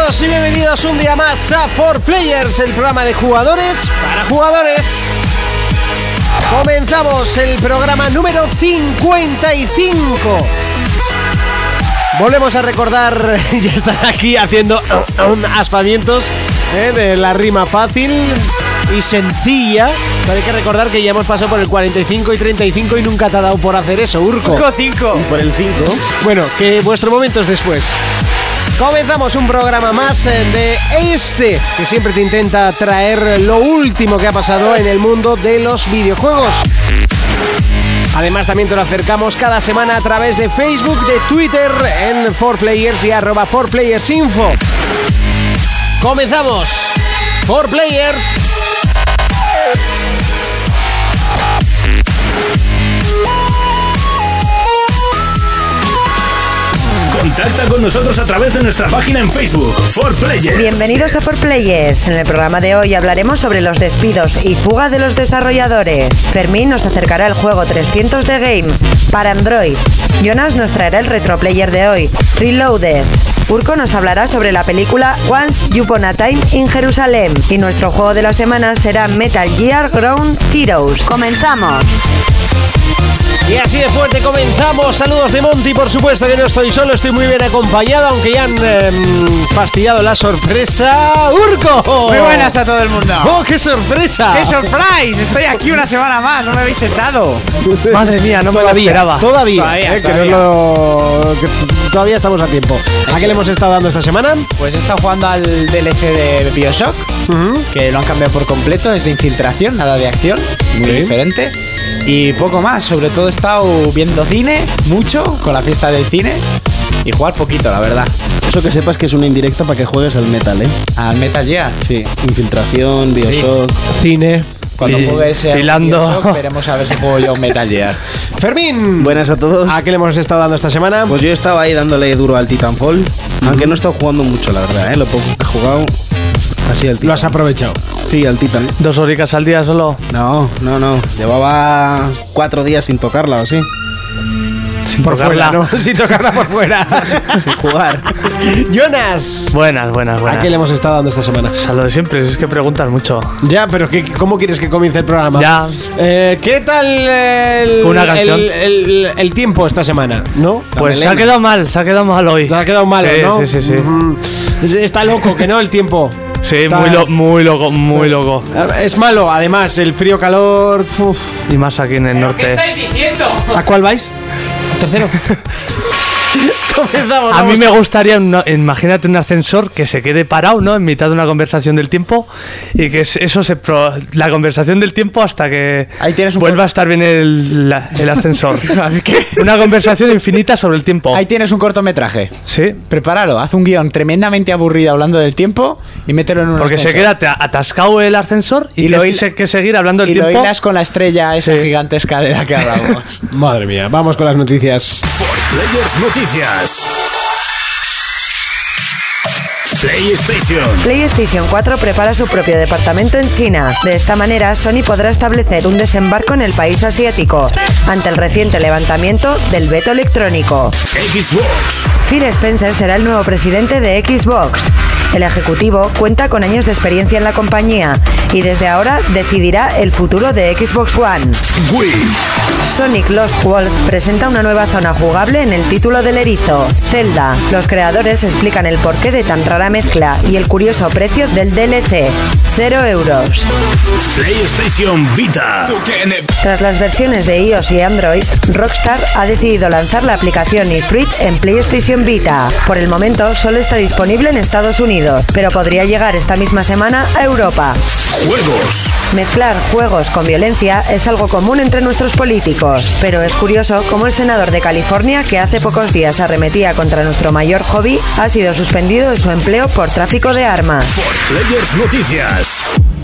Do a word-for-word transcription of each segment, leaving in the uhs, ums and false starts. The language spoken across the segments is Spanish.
Bienvenidos y bienvenidos un día más a cuatro Players, el programa de jugadores para jugadores. Comenzamos el programa número cincuenta y cinco. Volvemos a recordar, ya están aquí haciendo aspavientos ¿eh? de la rima fácil y sencilla. Pero hay que recordar que ya hemos pasado por el cuarenta y cinco y treinta y cinco y nunca te ha dado por hacer eso, Urco. Urco cinco. Y por el cinco. Bueno, que vuestro momento es después. Comenzamos un programa más de este, que siempre te intenta traer lo último que ha pasado en el mundo de los videojuegos. Además también te lo acercamos cada semana a través de Facebook, de Twitter, en cuatro Players y arroba cuatro Players Info. Comenzamos. cuatro Players. Contacta con nosotros a través de nuestra página en Facebook, cuatro Players. Bienvenidos a cuatro Players. En el programa de hoy hablaremos sobre los despidos y fuga de los desarrolladores. Fermín nos acercará el juego trescientos de Game para Android. Jonas nos traerá el retroplayer de hoy, Reloaded. Urco nos hablará sobre la película Once Upon a Time in Jerusalem. Y nuestro juego de la semana será Metal Gear Ground Zeroes. ¡Comenzamos! Y así de fuerte comenzamos. Saludos de Monty, por supuesto que no estoy solo, estoy muy bien acompañado, aunque ya han eh, fastidiado la sorpresa. ¡Urco! Muy buenas a todo el mundo. ¡Oh, qué sorpresa! ¡Qué surprise! Estoy aquí una semana más, no me habéis echado. Madre mía, no me lo esperaba. Todavía, Todavía, eh, todavía. Que no lo, que todavía estamos a tiempo. ¿A qué le hemos estado dando esta semana? Pues he estado jugando al D L C de Bioshock, Uh-huh. que lo han cambiado por completo, es de infiltración, nada de acción, muy Sí. diferente. Y poco más, sobre todo he estado viendo cine, mucho, con la fiesta del cine, y jugar poquito, la verdad. Eso que sepas que es una indirecta para que juegues al Metal, ¿eh? Al Metal Gear. Sí, Infiltración, Bioshock. Cine. Cuando Y- juegue ese hilando. Bioshock, veremos a ver si juego yo Metal Gear. Fermín. Buenas a todos. ¿A qué le hemos estado dando esta semana? Pues yo estaba ahí dándole duro al Titanfall, aunque no he estado jugando mucho, la verdad, ¿eh? Lo poco que he jugado, así al Titan. Lo has aprovechado. Sí, al Titan. Dos horicas al día solo. No, no, no. Llevaba cuatro días sin tocarla o así. Sin Por tocarla. fuera, ¿no? Sin tocarla por fuera. Sin jugar. Jonas. Buenas, buenas, ¿A buenas. qué le hemos estado dando esta semana? A lo de siempre, es que preguntas mucho. Ya, pero ¿qué, ¿cómo quieres que comience el programa? Ya. Eh, ¿Qué tal el, Una canción. el, el- el tiempo esta semana? ¿No? La Pues se ha melena. quedado mal, se ha quedado mal hoy. Se ha quedado malo, Sí, ¿no? sí, sí, sí. Ujú. Está loco, que no, el tiempo. Sí, Está- muy, lo- muy loco, muy loco. Es malo, además, el frío, calor. Uf. Y más aquí en el norte. ¿A cuál vais? ¿Al tercero? Comenzamos. A mí vamos. me gustaría, un- imagínate un ascensor que se quede parado, ¿no? En mitad de una conversación del tiempo y que es- eso se pro- la conversación del tiempo hasta que Ahí tienes un vuelva cor- a estar bien el, la- el ascensor. ¿Qué? Una conversación infinita sobre el tiempo. Ahí tienes un cortometraje. Sí, Prepáralo, haz un guión tremendamente aburrido hablando del tiempo y mételo en un porque se ascensor. queda ata- atascado el ascensor y, Y lo tienes hil- que seguir hablando del Y lo tiempo. hilas con la estrella esa Sí. gigantesca de la que hablamos. Madre mía, vamos con las noticias. cuatro Players Noticias. PlayStation. PlayStation cuatro prepara su propio departamento en China. De esta manera, Sony podrá establecer un desembarco en el país asiático, ante el reciente levantamiento del veto electrónico. Xbox. Phil Spencer será el nuevo presidente de Xbox. El ejecutivo cuenta con años de experiencia en la compañía y desde ahora decidirá el futuro de Xbox One. Wii. Sonic Lost World presenta una nueva zona jugable en el título del erizo, Zelda. Los creadores explican el porqué de tan rara mezcla y el curioso precio del D L C, cero euros. PlayStation Vita. Tras las versiones de iOS y Android, Rockstar ha decidido lanzar la aplicación eFruit en PlayStation Vita. Por el momento solo está disponible en Estados Unidos, pero podría llegar esta misma semana a Europa. Juegos. Mezclar juegos con violencia es algo común entre nuestros políticos, pero es curioso cómo el senador de California, que hace pocos días arremetía contra nuestro mayor hobby, ha sido suspendido de su empleo por tráfico de armas. cuatro Players Noticias.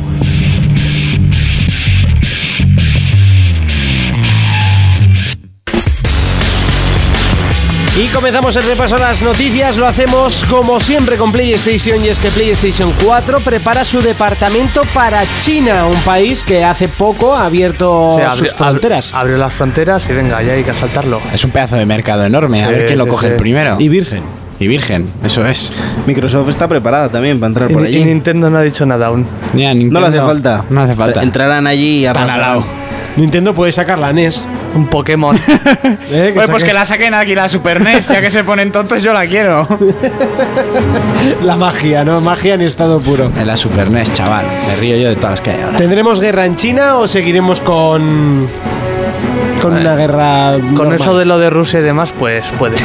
Y comenzamos el repaso a las noticias, lo hacemos como siempre con PlayStation, y es que PlayStation cuatro prepara su departamento para China, un país que hace poco ha abierto Sí, abri- sus fronteras. ab- abrió las fronteras y venga, ya hay que asaltarlo. Es un pedazo de mercado enorme, a Sí, ver quién lo sí, coge sí. el primero. Y virgen. Y virgen, eso es. Microsoft está preparada también para entrar Y, por y allí. Nintendo no ha dicho nada aún. Ya, No le hace Nintendo- falta. No hace falta. Entrarán allí y Están al arrasarán. lado. Nintendo puede sacar la N E S. Un Pokémon. ¿eh? Pues, pues saque que la saquen aquí la Super N E S, ya que se ponen tontos, yo la quiero. la magia, ¿no? Magia en estado puro. En la Super N E S, chaval. Me río yo de todas las que hay ahora. ¿Tendremos guerra en China o seguiremos con. con una guerra. Con normal? eso de lo de Rusia y demás, pues puede.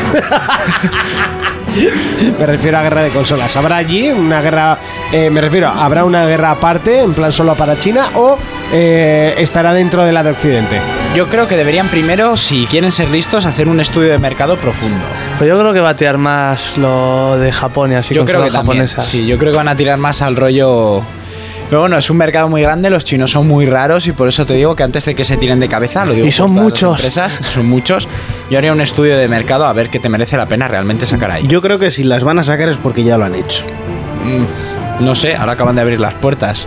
Me refiero a guerra de consolas. ¿Habrá allí una guerra? Eh, me refiero, ¿habrá una guerra aparte, en plan solo para China, o eh, estará dentro de la de Occidente? Yo creo que deberían primero, si quieren ser listos, hacer un estudio de mercado profundo. Pues yo creo que va a tirar más lo de Japón y así. Yo creo que consolas también. japonesas. Sí, yo creo que van a tirar más al rollo. Pero bueno, es un mercado muy grande, los chinos son muy raros y por eso te digo que antes de que se tiren de cabeza, lo digo Y son por todas las muchos. empresas, son muchos. Yo haría un estudio de mercado a ver qué te merece la pena realmente sacar ahí. Yo creo que si las van a sacar es porque ya lo han hecho. Mm, no sé, ahora acaban de abrir las puertas.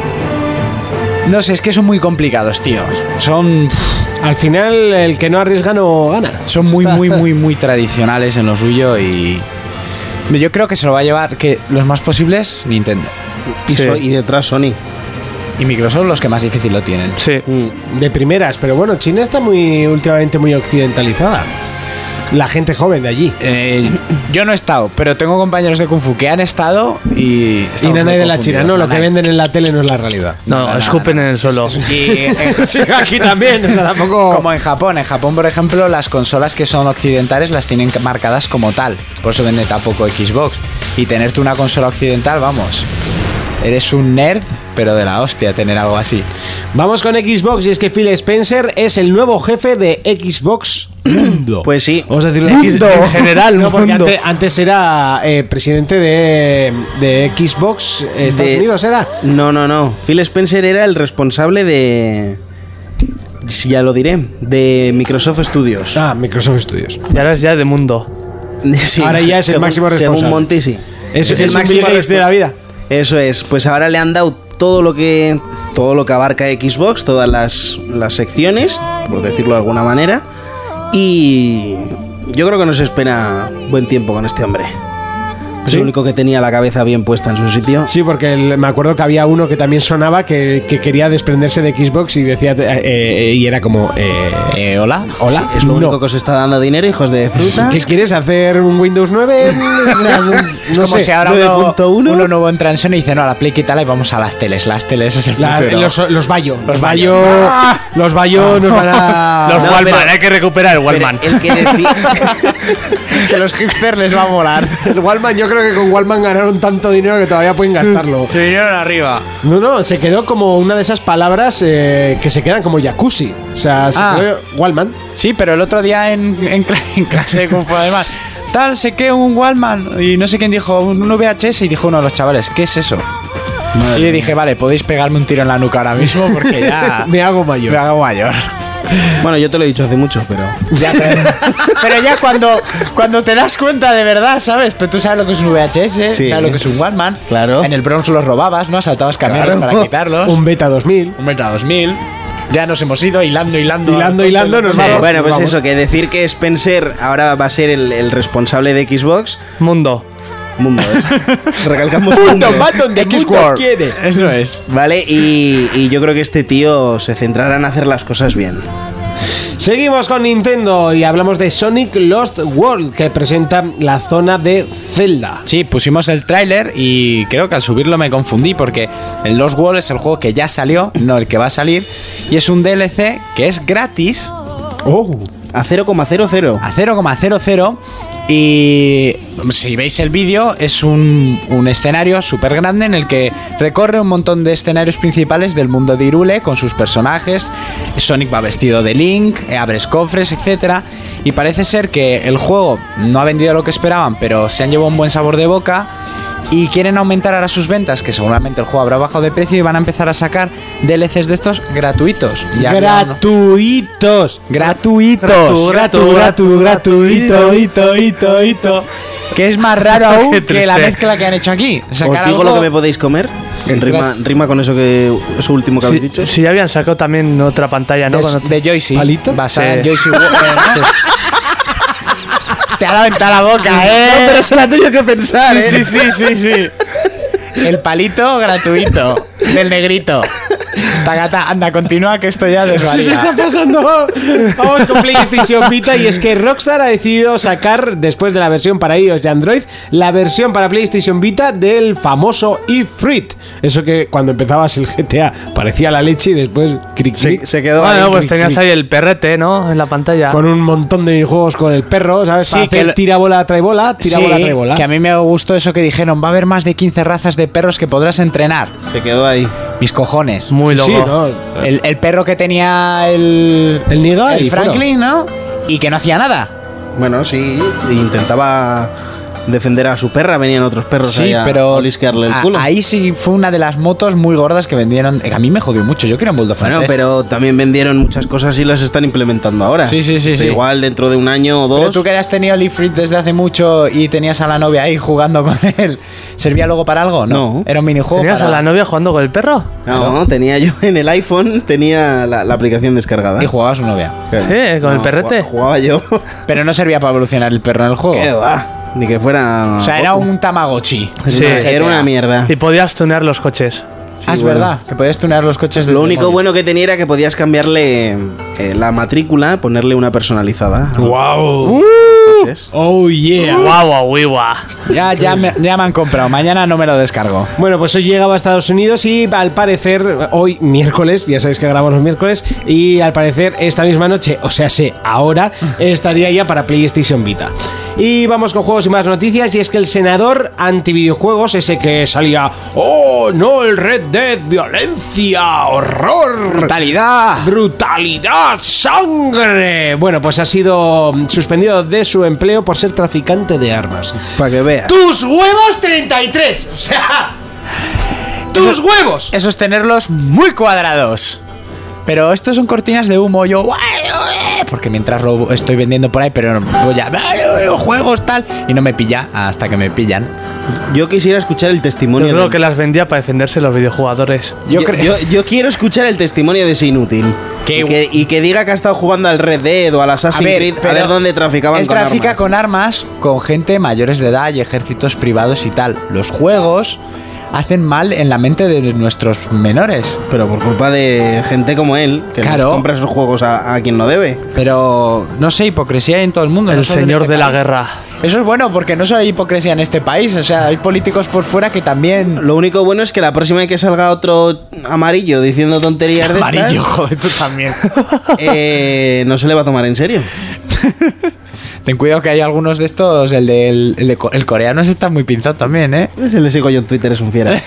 No sé, es que son muy complicados, tíos. Son Al final, el que no arriesga no gana. son muy muy muy muy tradicionales en lo suyo y yo creo que se lo va a llevar que los más posibles Nintendo. Y, Sí. so- y detrás Sony. Y Microsoft los que más difícil lo tienen. Sí. Mm, De primeras, pero bueno, China está muy últimamente muy occidentalizada. La gente joven de allí. Eh, yo no he estado, pero tengo compañeros de Kung Fu que han estado y... Y estamos Nanay muy de la China, confundidos, no, lo que Nanay. venden en la tele no es la realidad. No, Nada, escupen nada. en el suelo. Y en- Sí, aquí también, o sea, tampoco. como en Japón. En Japón, por ejemplo, las consolas que son occidentales las tienen marcadas como tal. Por eso vende tampoco Xbox. Y tenerte una consola occidental, vamos. Eres un nerd, pero de la hostia tener algo así. Vamos con Xbox y es que Phil Spencer es el nuevo jefe de Xbox Mundo. Pues sí. Vamos a decirlo Mundo. En general, no, porque mundo. antes, antes era eh, presidente de, de Xbox eh, Estados De- Unidos, ¿era? No, no, no. Phil Spencer era el responsable de... Sí, ya lo diré. De Microsoft Studios. Ah, Microsoft Studios. Y ahora es ya de mundo. Sí, Ahora ya es el según- máximo responsable. Según Monty, sí. Es, es, el un máximo Bill Gates de la vida. Eso es, pues ahora le han dado todo lo que todo lo que abarca Xbox, todas las, las secciones, por decirlo de alguna manera, y yo creo que nos espera buen tiempo con este hombre. Es ¿Sí? el único que tenía la cabeza bien puesta en su sitio. Sí, porque el- me acuerdo que había uno que también sonaba que, que quería desprenderse de Xbox y decía eh, eh, y era como eh, Eh, ¿Hola? hola, Sí, es lo no. único que os está dando dinero, hijos de fruta. ¿Qué quieres hacer un Windows nueve? O sea, no, Es no como sé. si ahora nueve uno, punto uno. uno nuevo entra en Sony y dice, no, a la Play quítala y vamos a las teles. Las teles es el La- futuro. los, los Bayo, los Los Bayo, Bayo. los Bayo nos van a. Los no, Wallman, pero- hay que recuperar el Pero Wallman. el que decía, que los hipsters les va a molar. El Wallman, yo creo que con Wallman ganaron tanto dinero que todavía pueden gastarlo. Se vinieron arriba. No, no, se quedó como una de esas palabras eh, que se quedan como jacuzzi. O sea, se Ah. quedó Wallman. Sí, pero el otro día en, en, cla- en clase de Kung Fu, además, tal, sé que un Wallman. Y no sé quién dijo, un V H S. Y dijo uno de los chavales, ¿qué es eso? Y le dije, vale, podéis pegarme un tiro en la nuca ahora mismo porque ya Me hago mayor. me hago mayor. bueno, yo te lo he dicho hace mucho, pero Ya, pero, pero ya cuando, cuando te das cuenta de verdad, ¿sabes? Pero tú sabes lo que es un V H S, Sí. sabes lo que es un Wallman. Claro. En el Bronx los robabas, ¿no? Asaltabas camiones Claro. para quitarlos. Un Beta dos mil. Un Metro dos mil. Ya nos hemos ido hilando, hilando. Hilando, hilando, nos Sí. vamos. bueno, pues vamos. eso, que decir que Spencer ahora va a ser el, el responsable de Xbox. Mundo. Mundo, ¿eh? Recalcamos Mundo, mundo. va donde Mundo X-World. quiere. Eso es. Vale, y, y yo creo que este tío se centrará en hacer las cosas bien. Seguimos con Nintendo y hablamos de Sonic Lost World, que presenta la zona de Zelda. Sí, pusimos el tráiler y creo que al subirlo me confundí porque el Lost World es el juego que ya salió, no el que va a salir, y es un D L C que es gratis Oh. A cero coma cero cero. a cero coma cero cero y si veis el vídeo es un, un escenario súper grande en el que recorre un montón de escenarios principales del mundo de Hyrule con sus personajes. Sonic va vestido de Link, eh, abres cofres, etcétera, y parece ser que el juego no ha vendido lo que esperaban, pero se han llevado un buen sabor de boca y quieren aumentar ahora sus ventas, que seguramente el juego habrá bajado de precio y van a empezar a sacar D L Cs de estos gratuitos. Ya había uno- Gratuitos. Gratuitos. Gratu, gratu, gratu, gratuito. Hito, hito, hito. Que es más raro aún Qué que la triste. mezcla que han hecho aquí. Os Sacar digo algo- lo que me podéis comer. En rima, rima con eso que eso último que habéis Si, dicho. si ya habían sacado también otra pantalla, ¿no? de, Con otro- de Joyce. ¿Palito? Basada Sí. en Joyce. Wa- eh, ¿no? Te ha aventado la boca, ¿eh? No, pero se la tengo que pensar, Sí, ¿eh? sí, sí, sí, sí. El palito gratuito del negrito. Tagata, anda, continúa que esto ya desvaría. Sí, se está pasando. Vamos con PlayStation Vita y es que Rockstar ha decidido sacar, después de la versión para iOS y Android, la versión para PlayStation Vita del famoso eFruit. Eso que cuando empezabas el G T A parecía la leche y después cric, cric. Se, se quedó Bueno, ahí. pues clic, tenías clic. ahí el perrete, ¿no? En la pantalla. Con un montón de juegos con el perro, ¿sabes? Sí, Para que hacer lo- tira bola, trae bola, tira Sí, bola, trae bola. que a mí me gustó eso que dijeron, va a haber más de quince razas de perros que podrás entrenar. Se quedó ahí. Mis cojones. Muy loco. Sí, ¿no? El, el perro que tenía el... El Niga el y fuera. Franklin, ¿no? Y que no hacía nada. Bueno, sí, intentaba defender a su perra, venían otros perros Sí, ahí a pero olisquearle el a- culo. ahí sí fue una de las motos muy gordas que vendieron. A mí me jodió mucho, yo quiero un bulldog Bueno, francés. pero también vendieron muchas cosas y las están implementando ahora. Sí, sí, sí, O sea, sí. Igual dentro de un año o Pero dos. tú que hayas tenido el eFruit desde hace mucho y tenías a la novia ahí jugando con él, ¿servía luego para algo? No. No. Era un minijuego. ¿Tenías para... a la novia jugando con el perro? No, tenía yo en el iPhone, tenía la, la aplicación descargada. Y jugaba a su novia. Claro. Sí, con el perrete. Jugaba, jugaba yo. Pero no servía para evolucionar el perro en el juego. ¿Qué va? Ni que fuera. O sea, era un Tamagotchi. Sí. Era una mierda. Y podías tunear los coches. Ah, es bueno. verdad, que podías tunear los coches desde Lo el único móvil. bueno que tenía era que podías cambiarle eh, la matrícula, ponerle una personalizada. ¡Wow! Coches. ¡Oh, yeah! Guau, guau, guau, guau. Ya, ya, me, ya me han comprado. Mañana no me lo descargo. Bueno, pues hoy llegaba a Estados Unidos y al parecer, hoy miércoles, ya sabéis que grabamos los miércoles, y al parecer esta misma noche, o sea, sé, ahora, estaría ya para PlayStation Vita. Y vamos con juegos y más noticias, y es que el senador antivideojuegos, ese que salía, ¡oh, no, el Red Dead, violencia, horror! ¡Brutalidad! ¡Brutalidad! ¡Sangre! Bueno, pues ha sido suspendido de su empleo por ser traficante de armas. Para que veas. ¡Tus huevos treinta y tres! O sea... ¡Tus huevos! Eso es tenerlos muy cuadrados. Pero estos son cortinas de humo. Yo, "Guay, eh", porque mientras lo estoy vendiendo por ahí, pero voy a "Ay, juegos tal", y no me pilla hasta que me pillan. Yo quisiera escuchar el testimonio Yo creo de- que las vendía para defenderse los videojugadores. Yo, Yo, creo. yo- yo quiero escuchar el testimonio de ese inútil. Qué Y que, y que diga que ha estado jugando al Red Dead o al Assassin's Creed, a ver dónde traficaban él con trafica armas. con armas con gente mayores de edad y ejércitos privados y tal. Los juegos hacen mal en la mente de nuestros menores. Pero por culpa de gente como él, que les Claro. compra esos juegos a, a quien no debe. Pero no sé, hipocresía hay en todo el mundo. El no solo en señor este de la país. guerra. Eso es bueno porque no solo hay hipocresía en este país. O sea, hay políticos por fuera que también. Lo único bueno es que la próxima vez que salga otro amarillo diciendo tonterías de Amarillo, estas, joder, tú también. eh, no se le va a tomar en serio. Ten cuidado que hay algunos de estos. El del el, de co- el coreano se está muy pinzado también, ¿eh? Ese le sigo yo en Twitter, es un fiera.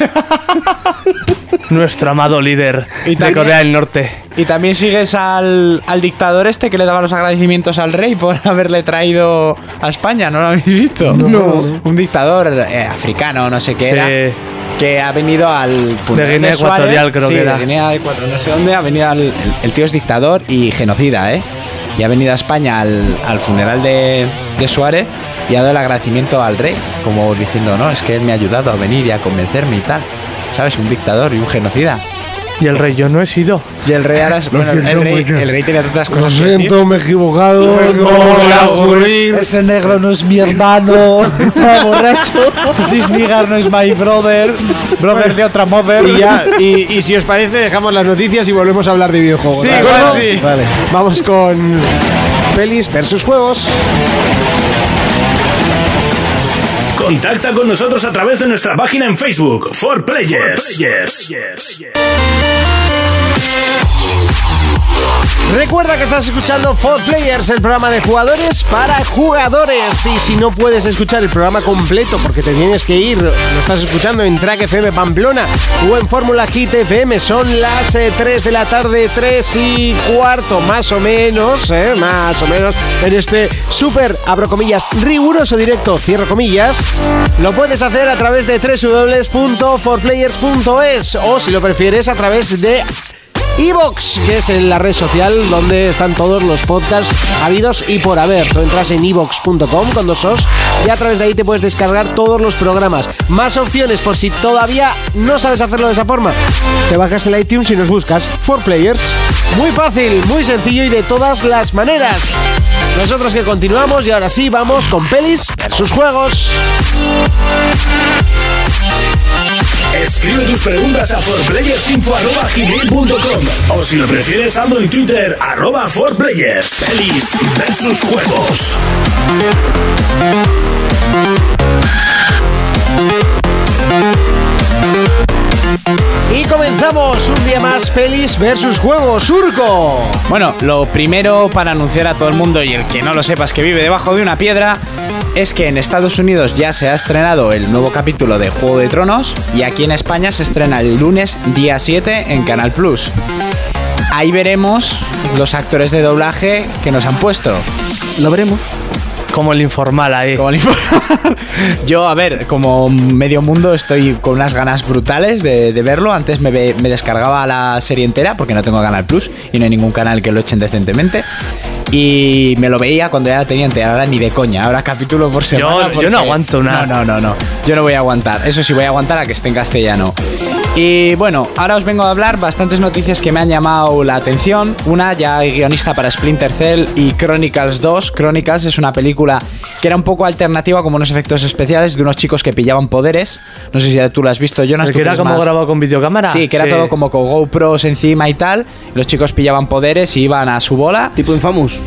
Nuestro amado líder Y de también- Corea del Norte. Y también sigues al, al dictador este que le daba los agradecimientos al rey por haberle traído a España, ¿no lo habéis visto? No. Un dictador eh, africano, no sé qué Sí. era, que ha venido al funeral De Guinea Suárez. Ecuatorial, creo Sí, que era. de Guinea Ecuatorial, no sé dónde, ha venido al, el, el tío es dictador y genocida, ¿eh? Y ha venido a España al, al funeral de, de Suárez y ha dado el agradecimiento al rey, como diciendo, no, es que él me ha ayudado a venir y a convencerme y tal. ¿Sabes? Un dictador y un genocida. Y el rey, yo no he sido. Y el rey ahora es- bueno, el rey, el rey tenía tantas Lo cosas que decir. siento, me he equivocado. No voy a ocurrir. Ese negro no es mi hermano. Está borracho. This nigger no es my brother. Brother de otra mother. Y, ya, y, y si os parece, dejamos las noticias y volvemos a hablar de videojuegos. Sí, ¿de igual acuerdo? sí. Vale. Vamos con pelis versus juegos. Contacta con nosotros a través de nuestra página en Facebook, For Players. Recuerda que estás escuchando For Players, el programa de jugadores para jugadores. Y si no puedes escuchar el programa completo porque te tienes que ir, lo estás escuchando en Track F M Pamplona o en Fórmula Hit F M. Son las eh, tres de la tarde, tres y cuarto, más o menos, eh, más o menos, en este súper, abro comillas, riguroso directo, cierro comillas. Lo puedes hacer a través de doble u doble u doble u punto for players punto es o, si lo prefieres, a través de iVoox, que es en la red social donde están todos los podcasts habidos y por haber. Tú entras en iVoox punto com con dos os y a través de ahí te puedes descargar todos los programas. Más opciones por si todavía no sabes hacerlo de esa forma. Te bajas el iTunes y nos buscas For Players. Muy fácil, muy sencillo y de todas las maneras. Nosotros que continuamos y ahora sí vamos con pelis versus juegos. Escribe tus preguntas a forplayersinfo arroba gmail punto com o si lo prefieres, saldo en Twitter, arroba forplayers. Pelis versus juegos. Y comenzamos un día más, pelis versus juegos. Urco. Bueno, lo primero para anunciar a todo el mundo, y el que no lo sepas que vive debajo de una piedra, es que en Estados Unidos ya se ha estrenado el nuevo capítulo de Juego de Tronos y aquí en España se estrena el lunes día siete en Canal Plus. Ahí veremos los actores de doblaje que nos han puesto. Lo veremos. Como el informal ahí. Como el informal. Yo, a ver, como medio mundo estoy con unas ganas brutales de, de verlo. Antes me, me descargaba la serie entera porque no tengo Canal Plus y no hay ningún canal que lo echen decentemente. Y me lo veía cuando ya la tenía entera, ahora ni de coña, ahora capítulo por semana. Yo, porque... yo no aguanto nada. No, no, no, no. Yo no voy a aguantar. Eso sí, voy a aguantar a que esté en castellano. Y bueno, ahora os vengo a hablar bastantes noticias que me han llamado la atención. Una, ya hay guionista para Splinter Cell y Chronicles dos. Chronicles es una película que era un poco alternativa, como unos efectos especiales de unos chicos que pillaban poderes. No sé si tú lo has visto, Jonas. ¿Que era como más... grabado con videocámara? Sí, que era sí. todo como con GoPros encima y tal. Los chicos pillaban poderes y iban a su bola. Tipo Infamous.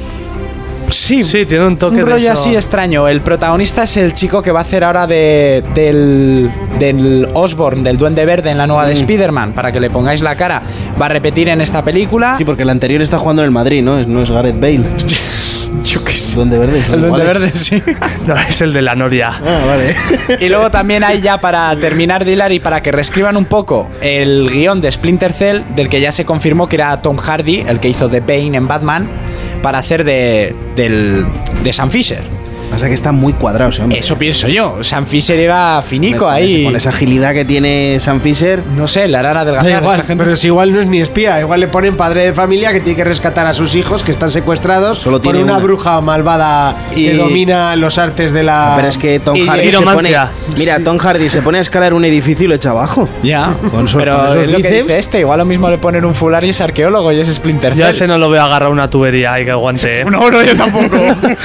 Sí, sí, tiene un toque un rollo de eso. así extraño. El protagonista es el chico que va a hacer ahora de del, del Osborn, del Duende Verde en la nueva mm. de Spider-Man, para que le pongáis la cara. Va a repetir en esta película. Sí, porque el anterior está jugando en el Madrid, ¿no? No es Gareth Bale. Yo qué sé. Duende Verde. El Duende Verde, sí. No, es el de la Noria. Ah, vale. Y luego también hay ya, para terminar de hilar y para que reescriban un poco el guión de Splinter Cell, del que ya se confirmó que era Tom Hardy, el que hizo de Bane en Batman, para hacer de, del, de Sam Fisher. Pasa que está muy cuadrado ese hombre. Eso pienso yo. Sam Fisher era finico con ahí. Ese, con esa agilidad que tiene Sam Fisher. No sé, la harán adelgazar igual, esta gente. pero si igual no es ni espía. Igual le ponen padre de familia que tiene que rescatar a sus hijos que están secuestrados Solo por una, una bruja malvada y... que domina los artes de la... Pero es que Tom y Hardy se pone... Mira, Tom Hardy se pone a escalar un edificio y lo echa abajo. Ya. Con su, pero con es lo que dice este. Igual lo mismo le ponen un fular y es arqueólogo y es Splinter Cell. Yo ese no lo veo agarrar una tubería y que aguante. ¿eh? No, no, yo tampoco.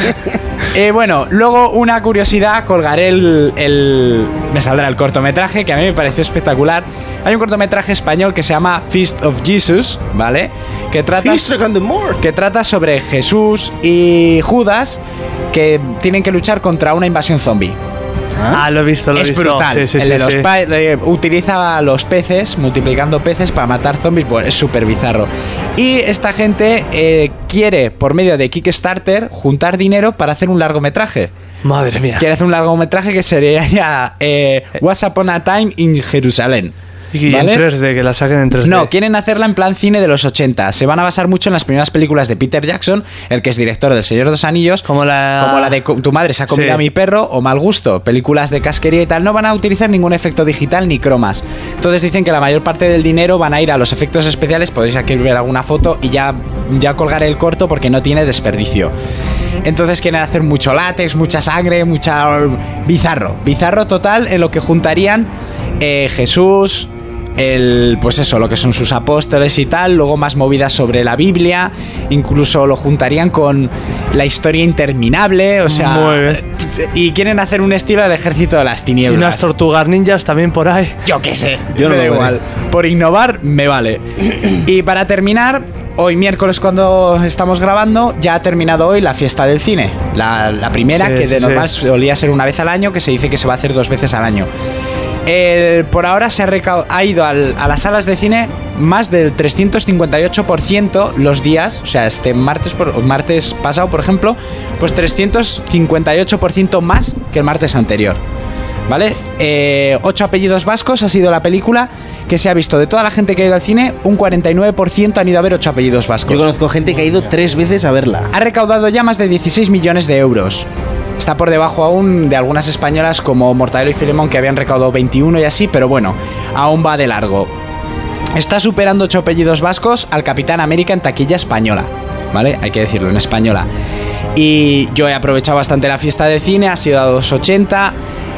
eh, bueno, luego una curiosidad, colgaré el, el... me saldrá el cortometraje, que a mí me pareció espectacular. Hay un cortometraje español que se llama Feast of Jesus, ¿vale? Que trata, que trata sobre Jesús y Judas, que tienen que luchar contra una invasión zombie. Ah, ah, lo he visto, lo he es visto. brutal. Sí, sí, el sí, de los sí. pa- eh, utiliza los peces, multiplicando peces para matar zombies. Bueno, es súper bizarro. Y esta gente eh, quiere, por medio de Kickstarter, juntar dinero para hacer un largometraje. Madre mía. Quiere hacer un largometraje que sería eh, Once Upon a Time in Jerusalén. Y ¿vale? en tres D, que la saquen en tres D. No, quieren hacerla en plan cine de los ochenta. Se van a basar mucho en las primeras películas de Peter Jackson, el que es director del Señor de los Anillos. Como la, como la de Tu madre se ha comido sí. a mi perro o Mal gusto. Películas de casquería y tal. No van a utilizar ningún efecto digital ni cromas. Entonces dicen que la mayor parte del dinero van a ir a los efectos especiales. Podéis aquí ver alguna foto y ya, ya colgaré el corto porque no tiene desperdicio. Entonces quieren hacer mucho látex, mucha sangre, mucha... Bizarro. Bizarro total en lo que juntarían eh, Jesús... El, pues eso, lo que son sus apóstoles y tal. Luego más movidas sobre la Biblia. Incluso lo juntarían con la historia interminable. O sea, muy bien. Y quieren hacer un estilo del ejército de las tinieblas. Y unas tortugas ninjas también por ahí. Yo qué sé, yo me no da igual. Por innovar me vale. Y para terminar, hoy miércoles cuando estamos grabando, ya ha terminado hoy la fiesta del cine. La, la primera, sí, que de sí, normal sí. solía ser una vez al año, que se dice que se va a hacer dos veces al año. Eh, por ahora se ha, reca- ha ido al, a las salas de cine más del trescientos cincuenta y ocho por ciento los días, o sea, este martes, por, martes pasado, por ejemplo, pues trescientos cincuenta y ocho por ciento más que el martes anterior. ¿Vale? Eh, Ocho apellidos vascos ha sido la película que se ha visto. De toda la gente que ha ido al cine, un cuarenta y nueve por ciento han ido a ver Ocho apellidos vascos. Yo conozco gente que ha ido tres veces a verla. Ha recaudado ya más de dieciséis millones de euros. Está por debajo aún de algunas españolas como Mortadelo y Filemón, que habían recaudado veintiuno y así, pero bueno, aún va de largo. Está superando Ocho apellidos vascos al Capitán América en taquilla española, ¿vale? Hay que decirlo, en española. Y yo he aprovechado bastante la fiesta de cine, ha sido a dos ochenta.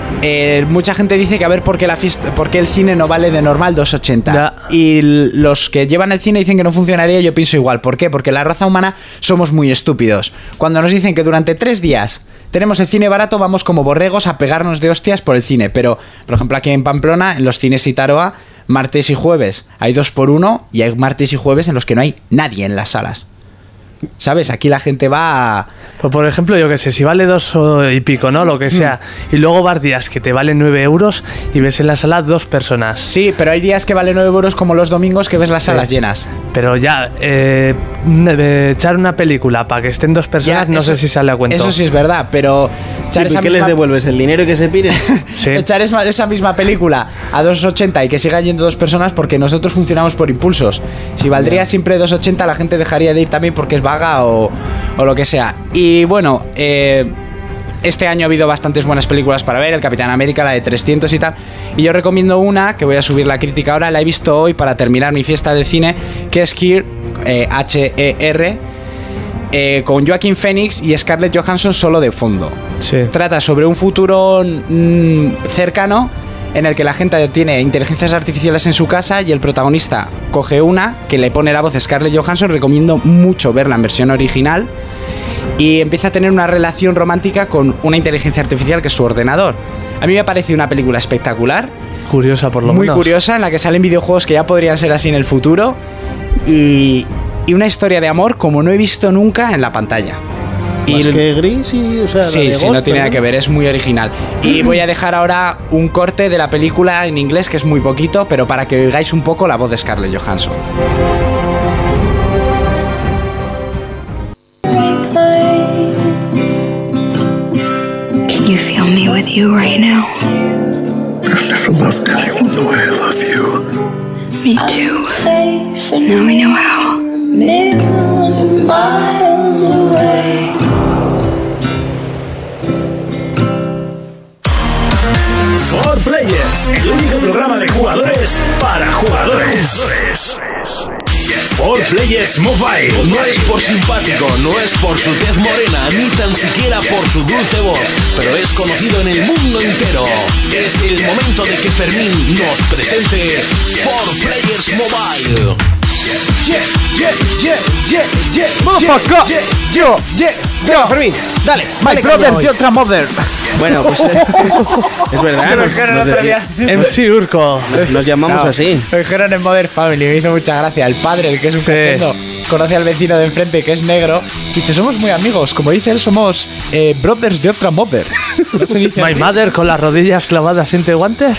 eh, mucha gente dice que a ver por qué, la fiesta, por qué el cine no vale de normal dos ochenta. Ya. Y l- los que llevan el cine dicen que no funcionaría, yo pienso igual. ¿Por qué? Porque la raza humana somos muy estúpidos. Cuando nos dicen que durante tres días tenemos el cine barato, vamos como borregos a pegarnos de hostias por el cine. Pero, por ejemplo, aquí en Pamplona, en los cines Itaroa, martes y jueves hay dos por uno y hay martes y jueves en los que no hay nadie en las salas. ¿Sabes? Aquí la gente va a... Pues por ejemplo, yo que sé, si vale dos o- y pico, ¿no? Lo que sea. Y luego vas días que te valen nueve euros y ves en la sala dos personas. Sí, pero hay días que vale nueve euros como los domingos que ves las salas llenas. Pero ya, eh, eh, echar una película para que estén dos personas, Ya, no eso- sé si sale a cuento. Eso sí es verdad, pero... echar Sí, esa ¿qué les misma- devuelves? ¿El dinero que se pide? Sí. Echar esa, esa misma película a dos ochenta y que sigan yendo dos personas porque nosotros funcionamos por impulsos. Si valdría siempre dos ochenta, la gente dejaría de ir también porque es vaga o, o lo que sea. Y bueno, eh, este año ha habido bastantes buenas películas para ver. El Capitán América, la de trescientos y tal. Y yo recomiendo una, que voy a subir la crítica ahora, la he visto hoy para terminar mi fiesta del cine, que es Here, eh, H E R, eh, con Joaquin Phoenix y Scarlett Johansson solo de fondo. Sí. Trata sobre un futuro mm, cercano en el que la gente tiene inteligencias artificiales en su casa y el protagonista coge una que le pone la voz a Scarlett Johansson. Recomiendo mucho verla en versión original y empieza a tener una relación romántica con una inteligencia artificial que es su ordenador. A mí me ha parecido una película espectacular, Curiosa por lo muy menos. curiosa, en la que salen videojuegos que ya podrían ser así en el futuro y, y una historia de amor como no he visto nunca en la pantalla. Más que gris y... O sea, la Sí, de sí, no Ghost, tiene nada ¿no? que ver, es muy original. Y voy a dejar ahora un corte de la película en inglés, que es muy poquito, pero para que oigáis un poco la voz de Scarlett Johansson. Can you feel me with you right now? I've never loved anyone the way I love you. Me too. Now we know how. Million miles away. For Players, el único programa de jugadores para jugadores. For Players Mobile. No es por simpático, no es por su tez morena, ni tan siquiera por su dulce voz, pero es conocido en el mundo entero. Es el momento de que Fermín nos presente For Players Mobile. Yeah, yeah, yeah, yeah, yeah, Motherfucker. Yeah, yeah, yeah. Venga, Fermín, dale, dale, caña hoy. otra mother. Bueno, pues es verdad. Nos, nos decía- M C Urco. nos llamamos así. Lo dijeron en Mother Family, me hizo mucha gracia. El padre, el que es un Sí. cachondo, conoce al vecino de enfrente que es negro y dice, somos muy amigos. Como dice él, somos eh, brothers de otra mother. No se dice My así. mother con las rodillas clavadas en The Wanter.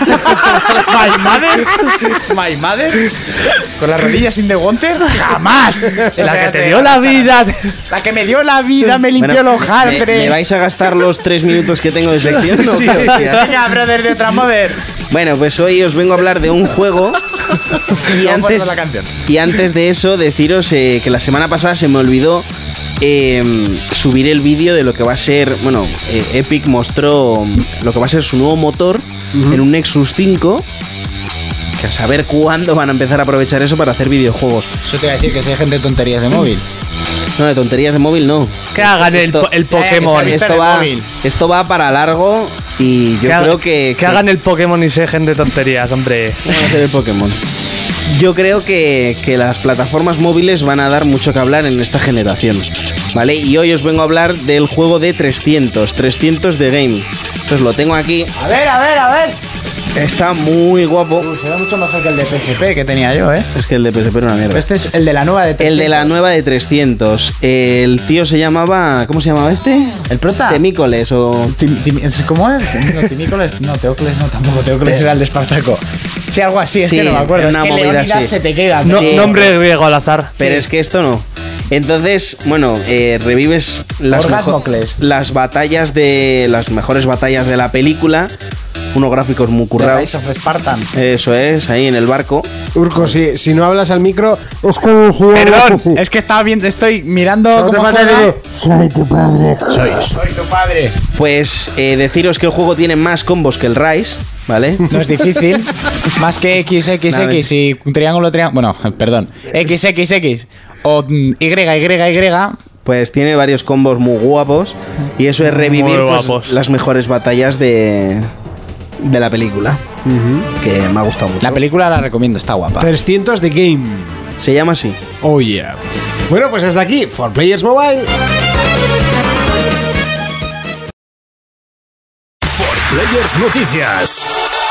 My mother. My mother. Con las rodillas sin the wanter. Jamás. La que te dio la vida. La que me dio la vida, me limpió Bueno, los ¿me, jardres. me vais a gastar los tres minutos que tengo de sección? ¿O Sí. qué hostia? Venga, brother de otra mother. Bueno, pues hoy os vengo a hablar de un juego y, Luego antes, ponemos la canción. y antes de eso deciros eh, que la semana pasada se me olvidó eh, subir el vídeo de lo que va a ser, bueno, eh, Epic mostró lo que va a ser su nuevo motor en un Nexus cinco, que a saber cuándo van a empezar a aprovechar eso para hacer videojuegos. Eso te iba a decir que si hay gente de tonterías de móvil. No, de tonterías de móvil no. Que hagan el, Esto- po- el ya, ya, que Pokémon. se ha visto Esto en el va, móvil. esto va para largo y yo que, haga- creo que... que hagan el Pokémon y se dejen de tonterías, hombre. Vamos a hacer el Pokémon. Yo creo que, que las plataformas móviles van a dar mucho que hablar en esta generación, ¿vale? Y hoy os vengo a hablar del juego de trescientos, trescientos de Game. Entonces lo tengo aquí, A ver, a ver, a ver. está muy guapo. Uy, será mucho mejor que el de P S P que tenía yo, ¿eh? Es que el de P S P era una mierda. Este es el de la nueva de El de la trescientos. nueva de trescientos. El tío se llamaba... ¿Cómo se llamaba este? ¿El prota? Temícoles o... Tim- Tim- es- ¿Cómo es? No, Timícoles. No, Teócles no, tampoco. Teócles era el de Espartaco. Sí, algo así, es Sí, que no me acuerdo. Es una que movida Leónidas así. se te queda. No, Sí. Nombre griego al azar. Pero Sí. es que esto no. Entonces, bueno, eh, revives las, Orgasmocles. las batallas de... Las mejores batallas de la película. Unos gráficos muy The currados. Rise of Spartan. Eso es, ahí en el barco. Urco, si, si no hablas al micro, es que... Perdón, es que estaba viendo, estoy mirando cómo juega. Soy tu padre. Soy tu padre. Pues eh, deciros que el juego tiene más combos que el Rise, ¿vale? No es difícil. Más que X X X y un triángulo, triángulo. Bueno, perdón. X X X o mm, Y Y Y. Pues tiene varios combos muy guapos y eso es revivir pues, las mejores batallas de, de la película, uh-huh. que me ha gustado mucho. La película la recomiendo, está guapa. trescientos de Game. Se llama así. Oh yeah. Bueno, pues hasta aquí, cuatro Players Mobile. cuatro Players Noticias.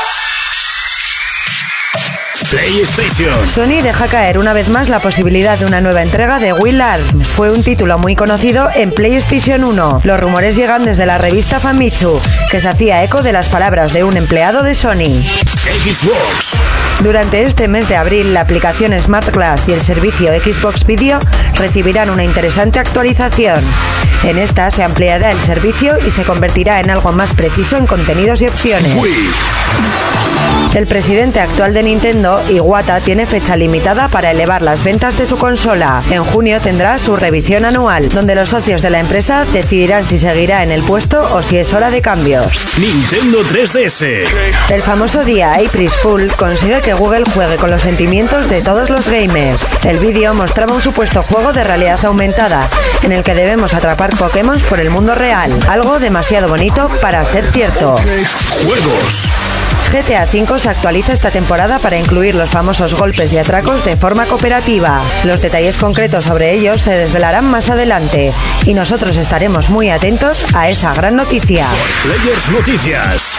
PlayStation. Sony deja caer una vez más la posibilidad de una nueva entrega de Will Arms. Fue un título muy conocido en PlayStation uno. Los rumores llegan desde la revista Famitsu, que se hacía eco de las palabras de un empleado de Sony. Xbox. Durante este mes de abril, la aplicación Smart Glass y el servicio Xbox Video recibirán una interesante actualización. En esta se ampliará el servicio y se convertirá en algo más preciso en contenidos y opciones. Wii. El presidente actual de Nintendo, Iwata, tiene fecha limitada para elevar las ventas de su consola. En junio tendrá su revisión anual, donde los socios de la empresa decidirán si seguirá en el puesto o si es hora de cambios. Nintendo tres D S. El famoso día April Fool consigue que Google juegue con los sentimientos de todos los gamers. El vídeo mostraba un supuesto juego de realidad aumentada, en el que debemos atrapar Pokémon por el mundo real. Algo demasiado bonito para ser cierto. Juegos. G T A cinco se actualiza esta temporada para incluir los famosos golpes y atracos de forma cooperativa. Los detalles concretos sobre ellos se desvelarán más adelante y nosotros estaremos muy atentos a esa gran noticia. Players Noticias.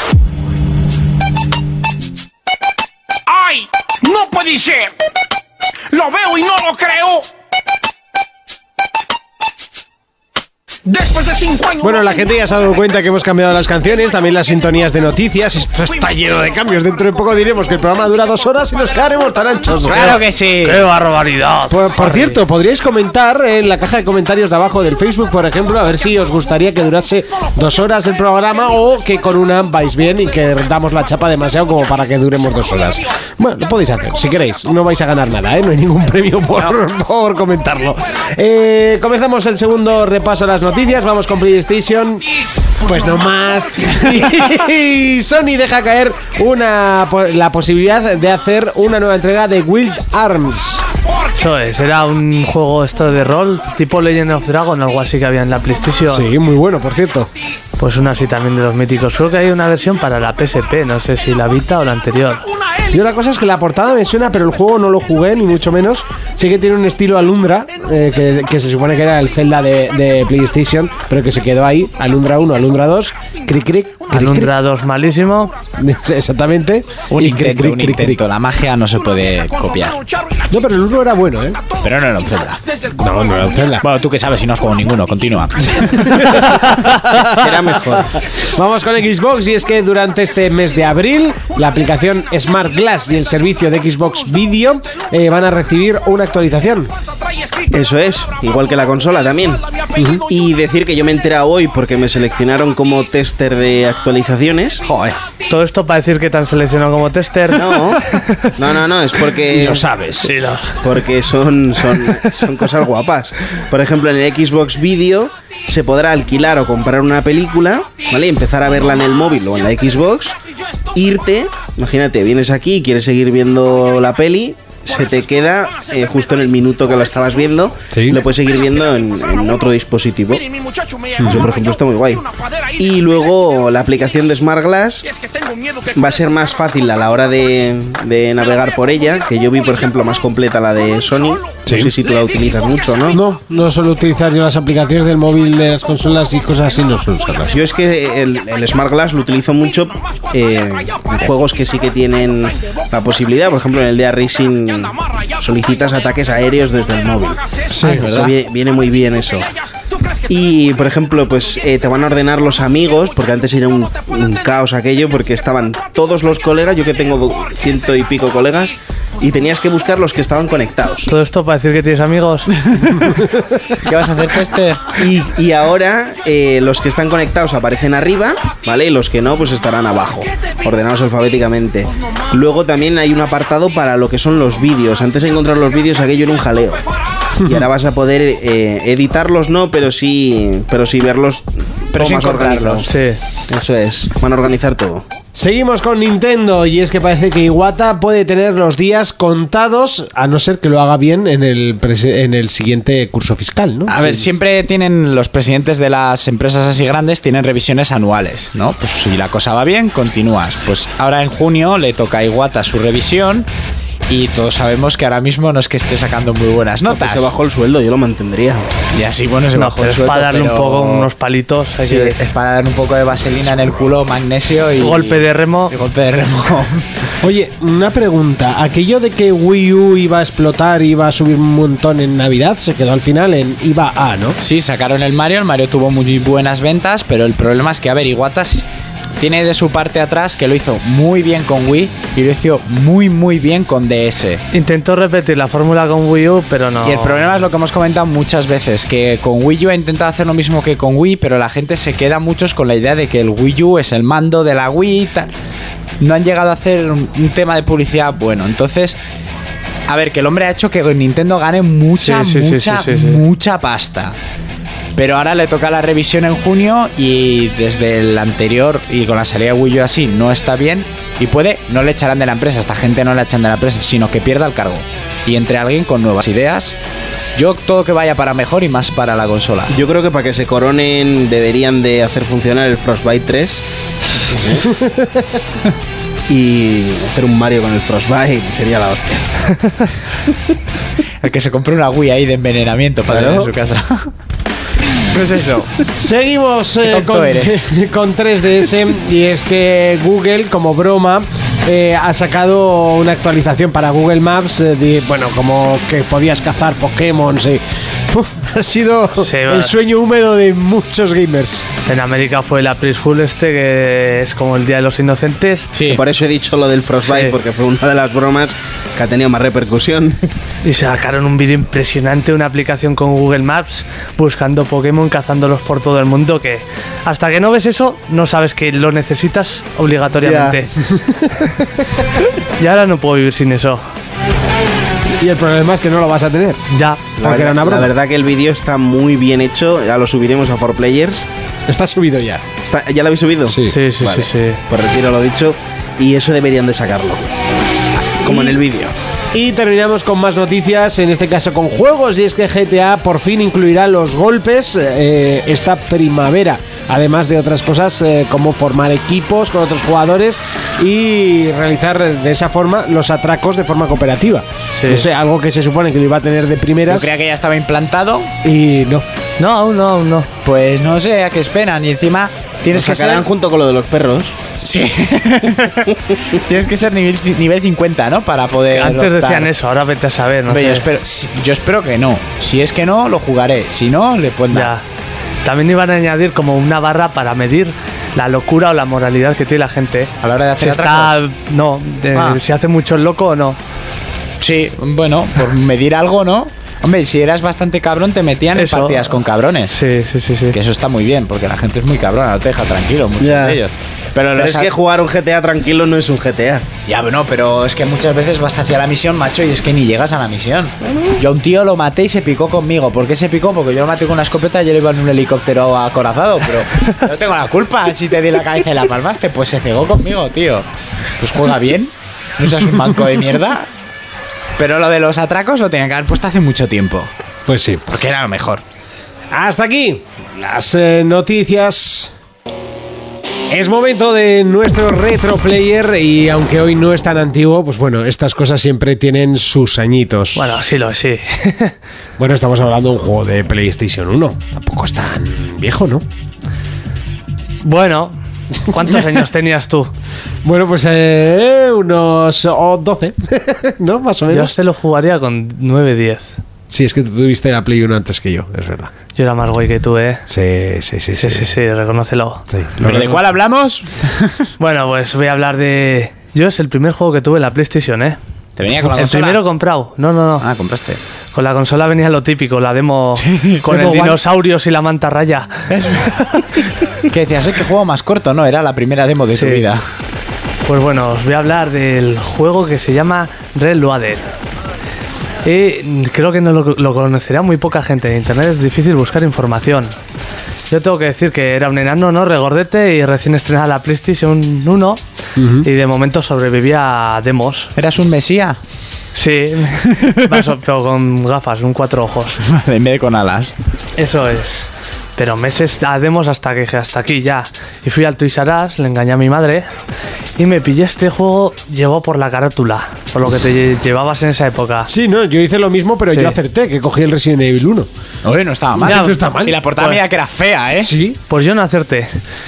¡Ay! ¡No puede ser! ¡Lo veo y no lo creo! Después de cinco años. Bueno, la gente ya se ha dado cuenta que hemos cambiado las canciones, también las sintonías de noticias. Esto está lleno de cambios. Dentro de poco diremos que el programa dura dos horas y nos quedaremos tan anchos. ¡Claro que sí! ¡Qué barbaridad! Por, por cierto, podríais comentar en la caja de comentarios de abajo del Facebook, por ejemplo, a ver si os gustaría que durase dos horas el programa o que con una vais bien y que damos la chapa demasiado como para que duremos dos horas. Bueno, lo podéis hacer, si queréis. No vais a ganar nada, ¿eh? No hay ningún premio por, por comentarlo. Eh, comenzamos el segundo repaso a las noticias. Vamos con PlayStation. Pues no más. Y Sony deja caer una la posibilidad de hacer una nueva entrega de Wild Arms. Eso es, era un juego esto de rol, tipo Legend of Dragon, algo así que había en la PlayStation. Sí, muy bueno, por cierto. Pues una así también de los míticos. Creo que hay una versión para la P S P, no sé si la Vita o la anterior. Yo la cosa es que la portada me suena, pero el juego no lo jugué, ni mucho menos. Sí que tiene un estilo Alundra, eh, que, que se supone que era el Zelda de, de PlayStation, pero que se quedó ahí. Alundra uno, Alundra dos, cric, cric, cric, Alundra dos malísimo. Exactamente. Un y intento, cric, un cric, intento. cric. La magia no se puede copiar. No, pero el uno era bueno, ¿eh? Pero no era un Zelda. No, no era un Zelda. Bueno, tú que sabes si no has jugado ninguno, continúa. Será mejor. Vamos con Xbox, y es que durante este mes de abril la aplicación Smart Glass y el servicio de Xbox Video eh, van a recibir una actualización. Eso es, igual que la consola también. Uh-huh. Y decir que yo me he enterado hoy porque me seleccionaron como tester de actualizaciones. Joder. Todo esto para decir que te han seleccionado como tester. No, no, no, no, es porque... Lo sabes. Sí, no. Porque son, son, son cosas guapas. Por ejemplo, en el Xbox Video se podrá alquilar o comprar una película, ¿vale? Y empezar a verla en el móvil o en la Xbox. Irte, imagínate, vienes aquí y quieres seguir viendo la peli, se te queda eh, justo en el minuto que la estabas viendo, sí. Lo puedes seguir viendo en, en otro dispositivo. Eso, por ejemplo, está muy guay. Y luego la aplicación de Smart Glass va a ser más fácil a la hora de, de navegar por ella, que yo vi, por ejemplo, más completa la de Sony. Sí. No sé si tú la utilizas mucho, ¿no? No, no suelo utilizar yo las aplicaciones del móvil de las consolas y cosas así, no suelo usarlas. Yo es que el, el Smart Glass lo utilizo mucho eh, en juegos que sí que tienen la posibilidad. Por ejemplo, en el Dea Racing solicitas ataques aéreos desde el móvil. Sí, ¿verdad? O sea, viene, viene muy bien eso. Y, por ejemplo, pues eh, te van a ordenar los amigos, porque antes era un, un caos aquello, porque estaban todos los colegas, yo que tengo do, ciento y pico colegas, y tenías que buscar los que estaban conectados. Todo esto para decir que tienes amigos. ¿Qué vas a hacer, tester? Y, y ahora eh, los que están conectados aparecen arriba, ¿vale? Y los que no, pues estarán abajo, ordenados alfabéticamente. Luego también hay un apartado para lo que son los vídeos. Antes de encontrar los vídeos aquello era un jaleo. Y ahora vas a poder eh, editarlos, no, pero sí, pero sí verlos pero sin más comprarlos. organizado. Sí. Eso es, van a organizar todo. Seguimos con Nintendo y es que parece que Iwata puede tener los días contados a no ser que lo haga bien en el, prese- en el siguiente curso fiscal, ¿no? A ver, Sí. siempre tienen los presidentes de las empresas así grandes tienen revisiones anuales, ¿no? Pues si la cosa va bien, continúas. Pues ahora en junio le toca a Iwata su revisión y todos sabemos que ahora mismo no es que esté sacando muy buenas notas. Se bajó el sueldo, yo lo mantendría. Y así, bueno, se No, bajó pero el es sueldo, para darle pero- un poco unos palitos. Hay Sí, que- es para darle un poco de vaselina en el culo, magnesio y... Golpe de remo. y golpe de remo. Oye, una pregunta. Aquello de que Wii U iba a explotar, iba a subir un montón en Navidad, se quedó al final en IVA A, ¿no? Sí, sacaron el Mario, el Mario tuvo muy buenas ventas, pero el problema es que, a ver, Iwata tiene de su parte atrás que lo hizo muy bien con Wii y lo hizo muy muy bien con D S. Intentó repetir la fórmula con Wii U, pero no. Y el problema es lo que hemos comentado muchas veces, que con Wii U ha intentado hacer lo mismo que con Wii, pero la gente se queda muchos con la idea de que el Wii U es el mando de la Wii y tal. No han llegado a hacer un, un tema de publicidad bueno, entonces... A ver, que el hombre ha hecho que Nintendo gane mucha, Sí, sí, sí, mucha, sí, sí, sí. mucha pasta. Pero ahora le toca la revisión en junio y desde el anterior y con la salida de Wii U así no está bien y puede, no le echarán de la empresa, esta gente no la echan de la empresa, sino que pierda el cargo y entre alguien con nuevas ideas. Yo todo que vaya para mejor y más para la consola. Yo creo que para que se coronen deberían de hacer funcionar el Frostbite tres. Y hacer un Mario con el Frostbite sería la hostia. El que se compre una Wii ahí de envenenamiento para Claro. tener en su casa. Pues eso. Seguimos eh, Qué tonto con, eres. con tres D S y es que Google, como broma, eh, ha sacado una actualización para Google Maps, eh, de, bueno, como que podías cazar Pokémon. Sí. Uf, ha sido Sí, el va. sueño húmedo de muchos gamers. En América fue el April Fool este, que es como el Día de los Inocentes. Sí. Por eso he dicho lo del Frostbite, Sí. porque fue una de las bromas que ha tenido más repercusión. Y sacaron un vídeo impresionante, una aplicación con Google Maps, buscando Pokémon, cazándolos por todo el mundo, que hasta que no ves eso, no sabes que lo necesitas obligatoriamente. Y ahora no puedo vivir sin eso. Y el problema es que no lo vas a tener. Ya. La Porque era verdad, una la broma. verdad que el vídeo está muy bien hecho, ya lo subiremos a cuatro Players. Está subido ya. Está- ¿Ya lo habéis subido? Sí. Sí, sí, Vale. sí, sí. Pues retiro lo dicho y eso deberían de sacarlo. Como en el vídeo. Y terminamos con más noticias, en este caso con juegos, y es que G T A por fin incluirá los golpes eh, esta primavera, además de otras cosas eh, como formar equipos con otros jugadores y realizar de esa forma los atracos de forma cooperativa. Sí. No sé, algo que se supone que lo iba a tener de Yo primeras creía que ya estaba implantado. y no. No, aún no, aún no. Pues no sé a qué esperan. Y encima tienes Lo que ser... sacarán junto con lo de los perros. Sí. Tienes que ser nivel, nivel cincuenta, ¿no? Para poder Antes optar. decían eso, ahora vete a saber, no Hombre, sé. yo, espero, si- yo espero que no. Si es que no, lo jugaré. Si no, le pueden dar. Ya. También iban a añadir como una barra para medir la locura o la moralidad que tiene la gente. A la hora de hacer Si está, atracos. no, de- Ah. si hace mucho el loco o no. Sí, bueno, por medir algo, ¿no? Hombre, si eras bastante cabrón, te metían Eso. en partidas con cabrones. Sí, sí, sí, sí. Que eso está muy bien, porque la gente es muy cabrona, no te deja tranquilo, muchos Ya. de ellos. Pero, Pero los es a- que jugar un G T A tranquilo no es un G T A. Ya, bueno, pero es que muchas veces vas hacia la misión, macho, y es que ni llegas a la misión. Yo a un tío lo maté y se picó conmigo. ¿Por qué se picó? Porque yo lo maté con una escopeta y yo le iba en un helicóptero acorazado, pero no tengo la culpa. Si te di la cabeza y la palmaste, pues se cegó conmigo, tío. Pues juega bien, no seas un banco de mierda. Pero lo de los atracos lo tenían que haber puesto hace mucho tiempo, Pues sí. porque era lo mejor. Hasta aquí las eh, noticias. Es momento de nuestro retro player y aunque hoy no es tan antiguo, pues bueno, estas cosas siempre tienen sus añitos. Bueno, sí lo es, sí. Bueno, estamos hablando de un juego de PlayStation uno. Tampoco es tan viejo, ¿no? Bueno, ¿cuántos años tenías tú? Bueno, pues eh, unos oh, doce, ¿no? Más o Yo menos. se lo jugaría con nueve, diez. Sí, es que tú tuviste la Play uno antes que yo, es verdad. Yo era más guay que tú, ¿eh? Sí, sí, sí. Sí, sí, sí, reconócelo. Sí, lo ¿Pero de reconozco. cuál hablamos? Bueno, pues voy a hablar de... Yo es el primer juego que tuve en la PlayStation, ¿eh? ¿Te venía con la El consola? primero comprado. No, no, no. Ah, compraste. Con la consola venía lo típico, la demo con Demo el one. dinosaurios y la manta raya. ¿Qué decías? ¿Eh? ¿Qué juego más corto? No, era la primera demo de tu Sí. vida. Pues bueno, os voy a hablar del juego que se llama Reloaded. Y creo que no lo, lo conocerá muy poca gente. En internet es difícil buscar información. Yo tengo que decir que era un enano, ¿no? Regordete y recién estrenada la PlayStation uno. Uh-huh. Y de momento sobrevivía a demos. ¿Eras un mesía? Sí, pero con gafas, un cuatro ojos. En vez de con alas. Eso es. Pero meses a demos hasta que dije, hasta aquí ya. Y fui al Toys R Us, le engañé a mi madre y me pillé este juego, llevó por la carátula, por lo que te llevabas en esa época. Sí, no, yo hice lo mismo, pero sí. Yo acerté, que cogí el Resident Evil uno. Oye, no estaba mal. Ya, no está mal. Y la portada pues, mía que era fea, ¿eh? Sí. Pues yo no acerté.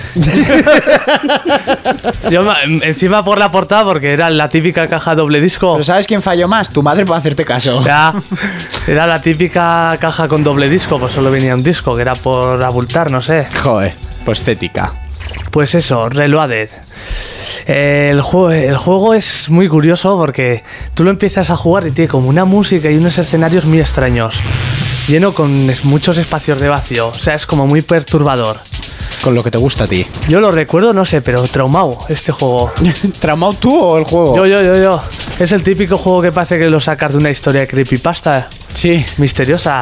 Yo encima por la portada, porque era la típica caja doble disco. Pero ¿sabes quién falló más? Tu madre para hacerte caso. Ya, era la típica caja con doble disco, pues solo venía un disco, que era por abultar, no sé. Joder, pues estética. Pues eso, Reloaded. El juego, el juego es muy curioso porque tú lo empiezas a jugar y tiene como una música y unos escenarios muy extraños, lleno con muchos espacios de vacío, o sea, es como muy perturbador. Con lo que te gusta a ti. Yo lo recuerdo, no sé, pero traumado este juego. ¿Traumado tú o el juego? Yo, yo, yo, yo. Es el típico juego que parece que lo sacas de una historia de creepypasta. Sí. Misteriosa.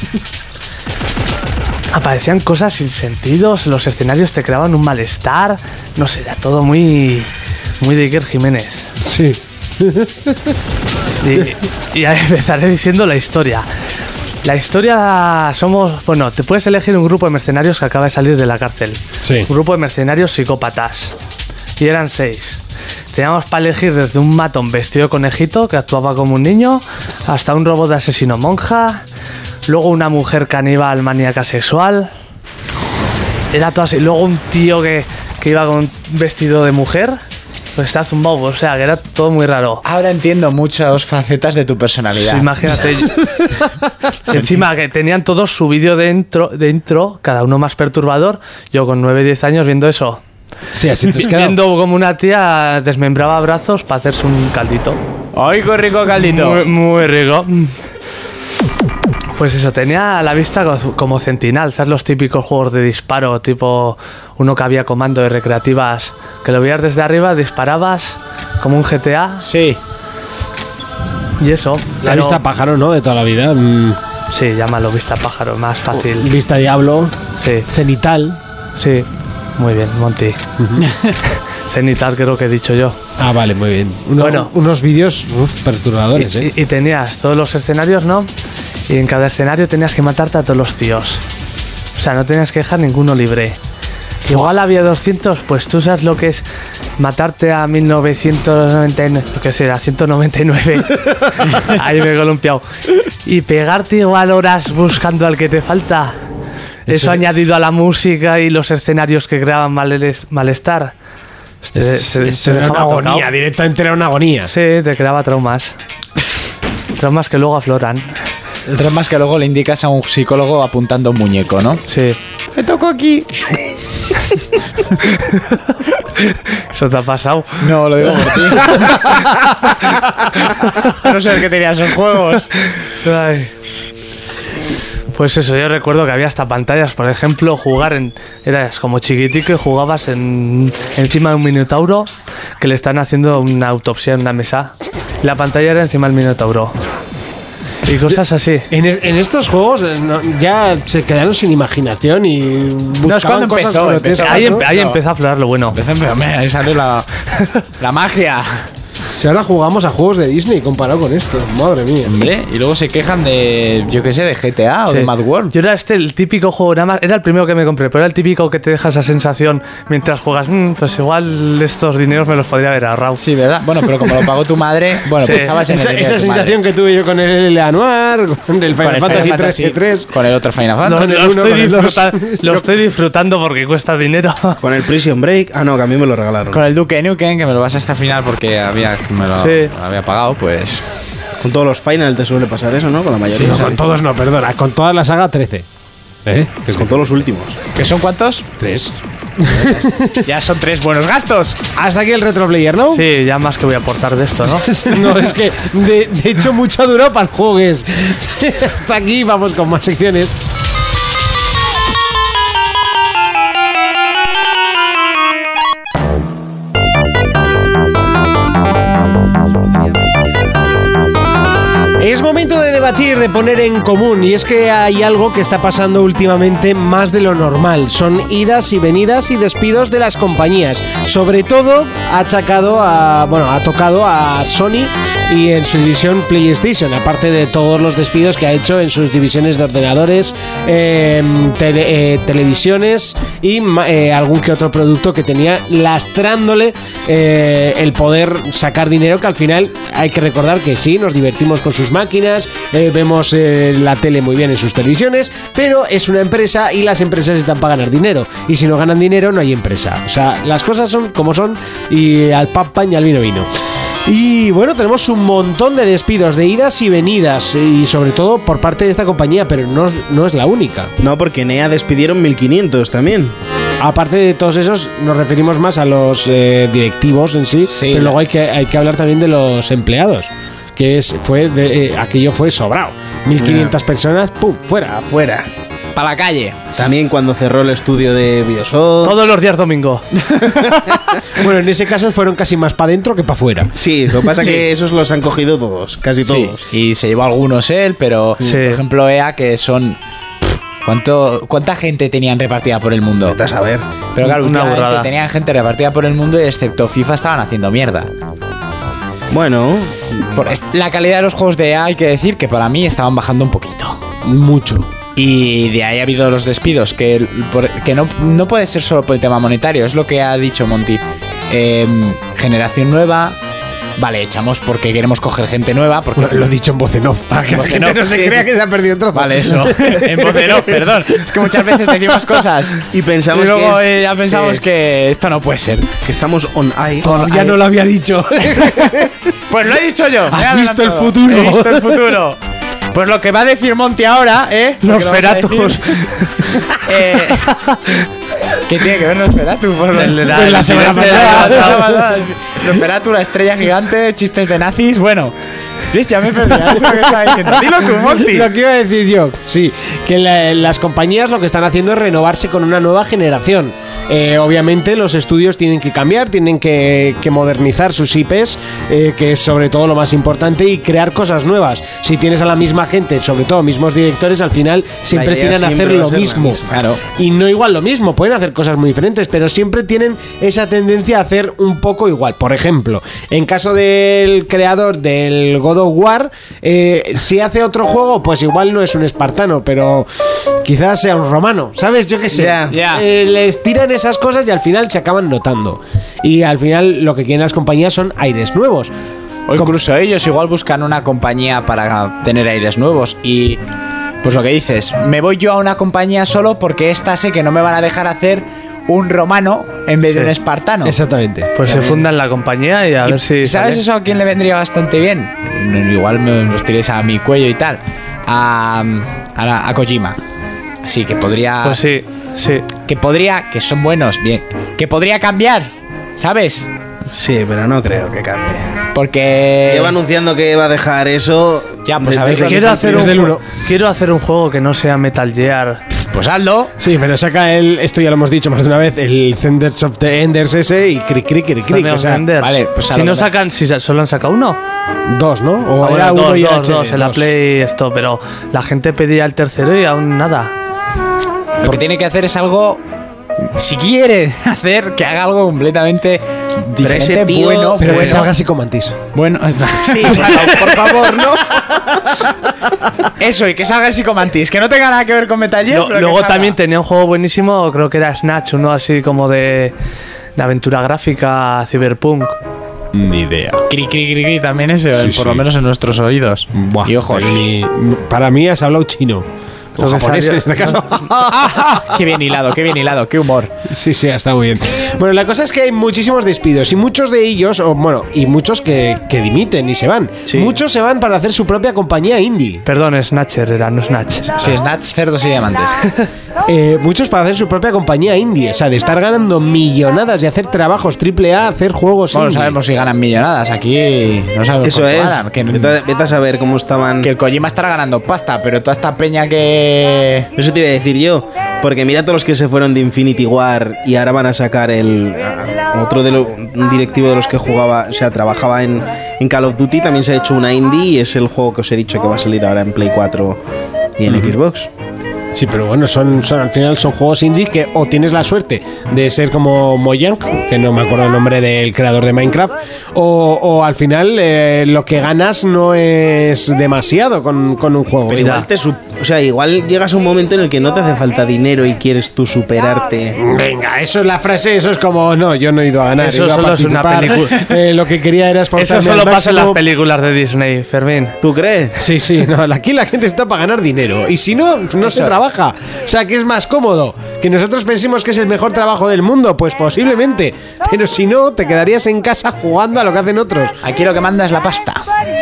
Aparecían cosas sin sentido, los escenarios te creaban un malestar, no sé, era todo muy muy de Iker Jiménez. Sí. Y, y empezaré diciendo la historia. La historia somos, bueno, te puedes elegir un grupo de mercenarios que acaba de salir de la cárcel. Sí. Un grupo de mercenarios psicópatas. Y eran seis. Teníamos para elegir desde un matón vestido de conejito que actuaba como un niño, hasta un robot de asesino monja. Luego una mujer caníbal maníaca sexual. Era todo así. Luego un tío que, que iba con un vestido de mujer. Pues está zumbado, o sea, que era todo muy raro. Ahora entiendo muchas facetas de tu personalidad. Sí, imagínate. Encima que tenían todos su vídeo de intro, de intro, cada uno más perturbador. Yo con nueve diez años viendo eso. Sí, así te has quedado. Viendo como una tía desmembraba brazos para hacerse un caldito. ¡Ay, qué rico caldito! Muy, muy rico. Pues eso, tenía a la vista como Centinal, ¿sabes? Los típicos juegos de disparo, tipo uno que había comando de recreativas, que lo veías desde arriba, disparabas como un G T A. Sí. Y eso. La pero... vista pájaro, ¿no? De toda la vida. Mm. Sí, llámalo vista pájaro, más fácil. Vista diablo. Sí. Cenital. Sí. Muy bien, Monty. Uh-huh. Cenital creo que he dicho yo. Ah, vale, muy bien. Uno, bueno, unos vídeos uf, perturbadores, y, ¿eh? Y, y tenías todos los escenarios, ¿no? Y en cada escenario tenías que matarte a todos los tíos. O sea, no tenías que dejar ninguno libre. Igual había doscientos, pues tú sabes lo que es matarte a mil novecientos noventa y nueve, que será ciento noventa y nueve. Ahí me he columpiado. Y pegarte igual horas buscando al que te falta. Eso, Eso añadido a la música y los escenarios que creaban malestar. Se, se, se era una agonía, tocado. Directamente era una agonía. Sí, te creaba traumas. Traumas que luego afloran. Traumas que luego le indicas a un psicólogo apuntando un muñeco, ¿no? Sí. Me tocó aquí. ¿Eso te ha pasado? No, lo digo por ti. No sé qué tenías en juegos. Ay. Pues eso, yo recuerdo que había hasta pantallas, por ejemplo, jugar en... Eras como chiquitico y jugabas en, encima de un minotauro que le están haciendo una autopsia en una mesa. Y la pantalla era encima del minotauro. Y cosas así. En, es, en estos juegos no, ya se quedaron sin imaginación y buscaban no, cosas empezó, grotescas, empezó, ahí, ¿no? ahí empezó a aflorar lo bueno. Empezó, ahí salió la, la magia. Si ahora jugamos a juegos de Disney comparado con esto, madre mía. Hombre, y luego se quejan de, yo qué sé, de G T A o sí. de Mad World. Yo era este, el típico juego, nada más, era el primero que me compré, pero era el típico que te deja esa sensación mientras juegas, mmm, pues igual estos dineros me los podría haber ahorrado. Sí, ¿verdad? Bueno, pero como lo pagó tu madre, bueno, sí. pensabas en esa, el esa sensación madre. Que tuve yo con el Anuar, con el Final con el Fantasy tres, con el otro Final Fantasy. Lo, lo, uno, estoy, disfruta, lo estoy disfrutando porque cuesta dinero. Con el Prison Break, ah no, que a mí me lo regalaron. Con el Duke Nukem, que me lo vas hasta el final porque había, me lo, sí. lo había pagado, pues... Con todos los Final te suele pasar eso, ¿no? Con la mayoría. Sí, no, con todos no, perdona. Con toda la saga trece. ¿Eh? Que es con todos los últimos. ¿Que son cuántos? Tres. Ya son tres buenos gastos. Hasta aquí el retroplayer, ¿no? Sí, ya más que voy a aportar de esto, ¿no? No, es que de, de hecho mucho duró para el juego que es. Hasta aquí, vamos con más secciones. Es momento de debatir debatir, de poner en común, y es que hay algo que está pasando últimamente más de lo normal. Son idas y venidas y despidos de las compañías. Sobre todo ha achacado a, bueno, ha tocado a Sony y en su división PlayStation, aparte de todos los despidos que ha hecho en sus divisiones de ordenadores, eh, tele, eh, televisiones y eh, algún que otro producto que tenía lastrándole eh, el poder sacar dinero, que al final hay que recordar que sí, nos divertimos con sus máquinas, eh, vemos eh, la tele muy bien en sus televisiones, pero es una empresa y las empresas están para ganar dinero, y si no ganan dinero no hay empresa. O sea, las cosas son como son, y al pan pan y al vino vino. Y bueno, tenemos un montón de despidos, de idas y venidas, y sobre todo por parte de esta compañía, pero no, no es la única. No, porque en E A despidieron mil quinientos también. Aparte de todos esos, nos referimos más a los eh, directivos en sí, sí, pero luego hay que, hay que hablar también de los empleados, que es fue de, eh, aquello fue sobrado. mil quinientas yeah. personas, ¡pum!, fuera, fuera. Para la calle. También cuando cerró el estudio de Bioshock. Todos los días domingo. Bueno, en ese caso fueron casi más para adentro que para afuera. Sí, lo que pasa es sí. que esos los han cogido todos, casi todos. Sí. Y se llevó algunos él, pero sí. por ejemplo E A, que son... ¿Cuánto, ¿Cuánta gente tenían repartida por el mundo? Vete a saber. Pero claro, últimamente tenían gente repartida por el mundo y excepto FIFA estaban haciendo mierda. Bueno, por la calidad de los juegos de E A hay que decir que para mí estaban bajando un poquito. Mucho. Y de ahí ha habido los despidos, que, por, que no, no puede ser solo por el tema monetario, es lo que ha dicho Monty. Eh, generación nueva, vale, echamos porque queremos coger gente nueva. Porque bueno, lo he dicho en voz en off, para que la gente no se crea que se ha perdido un trozo. Vale, eso, en voz en off, perdón. Es que muchas veces decimos cosas y pensamos y luego que es, eh, ya pensamos sí. que esto no puede ser. Que estamos on air. Oh, ya no lo había dicho. Pues lo he dicho yo. Has visto el futuro. He visto el futuro. Pues lo que va a decir Monty ahora, ¿eh? Los Feratus. eh, ¿Qué tiene que ver los Feratus? Por la, la, la, la semana pasada. Los Feratus, la estrella gigante, chistes de nazis, bueno. Ya me perdí, eso que está diciendo. Dilo tú, Monty. Lo que iba a decir yo, sí, que la, las compañías lo que están haciendo es renovarse con una nueva generación. Eh, obviamente los estudios tienen que cambiar, tienen que, que modernizar sus I Pes, eh, que es sobre todo lo más importante, y crear cosas nuevas. Si tienes a la misma gente, sobre todo mismos directores, al final siempre tienen a hacer lo mismo. Claro. Y no igual lo mismo, pueden hacer cosas muy diferentes, pero siempre tienen esa tendencia a hacer un poco igual. Por ejemplo, en caso del creador del God of War, eh, si hace otro juego, pues igual no es un espartano, pero quizás sea un romano, ¿sabes? Yo qué sé. Yeah. Yeah. Eh, les tiran esas cosas y al final se acaban notando. Y al final lo que quieren las compañías son aires nuevos. O incluso ellos igual buscan una compañía para tener aires nuevos. Y pues lo que dices, me voy yo a una compañía solo porque esta sé que no me van a dejar hacer un romano en vez sí. de un espartano. Exactamente. Pues se fundan la compañía y a y ver si... ¿Sabes sale? eso a quién le vendría bastante bien? Igual me los tiréis a mi cuello y tal. A, a, a Kojima. Sí, que podría... Pues sí, sí. Que podría... Que son buenos, bien. Que podría cambiar, ¿sabes? Sí, pero no creo que cambie. Porque... Lleva anunciando que va a dejar eso... Ya, pues a ver... Quiero hacer, un, quiero hacer un juego que no sea Metal Gear... Pues hazlo. Sí, pero saca el... Esto ya lo hemos dicho más de una vez. El Thunders of the Enders ese y cric, cric, cric, cric. O sea, vale, pues si no sacan... Si solo han sacado uno. Dos, ¿no? O ah, era bueno, uno dos, y dos, H D, dos, en la dos. Play esto, pero la gente pedía el tercero y aún nada. Lo que tiene que hacer es algo... Si quiere hacer, que haga algo completamente diferente, pero ese tío, bueno, pero bueno. que salga así con Mantis. Bueno, sí, por favor, ¿no? Eso, y que salga así con Mantis, que no tenga nada que ver con Metal Gear. Lo, pero luego que también tenía un juego buenísimo, creo que era Snatch, uno así como de, de aventura gráfica, Cyberpunk. Ni idea. Cri, cri, cri, cri, también ese, Sí, por sí. lo menos en nuestros oídos. Buah, y ojos. ni- para mí has hablado chino. O Creo que japonés salió- en este caso. Qué bien hilado, qué bien hilado, qué humor. Sí, sí, está muy bien. Bueno, la cosa es que hay muchísimos despidos y muchos de ellos, o bueno, y muchos que, que dimiten y se van. Sí. Muchos se van para hacer su propia compañía indie. Perdón, Snatcher era, no Snatch. Sí, Snatch, cerdos y diamantes. Eh, muchos para hacer su propia compañía indie. O sea, de estar ganando millonadas y hacer trabajos triple A, hacer juegos Bueno, no indie. sabemos si ganan millonadas. Aquí no sabemos Eso cuánto es. ganan. Que, Vete, a- vete a saber cómo estaban... que el Kojima estará ganando pasta, pero toda esta peña que... Eso te iba a decir yo. Porque mira todos los que se fueron de Infinity War y ahora van a sacar el... a- otro de lo- un directivo de los que jugaba, o sea, trabajaba en, En Call of Duty también se ha hecho una indie y es el juego que os he dicho que va a salir ahora en Play cuatro y en uh-huh. Xbox. Sí, pero bueno, son, son al final son juegos indie que o tienes la suerte de ser como Mojang, que no me acuerdo el nombre del creador de Minecraft, o, o al final eh, lo que ganas no es demasiado con, con un juego. Pero igual te su- o sea, igual llegas a un momento en el que no te hace falta dinero y quieres tú superarte. Venga, eso es la frase, eso es como, no, yo no he ido a ganar. Eso he ido solo a es una película. Eh, lo que quería era esforzarme. Eso solo al pasa en las máximo. películas de Disney, Fermín. ¿Tú crees? Sí, sí, no, aquí la gente está para ganar dinero. Y si no, no se trabaja. O sea, que es más cómodo. Que nosotros pensemos que es el mejor trabajo del mundo, pues posiblemente. Pero si no, te quedarías en casa jugando a lo que hacen otros. Aquí lo que manda es la pasta.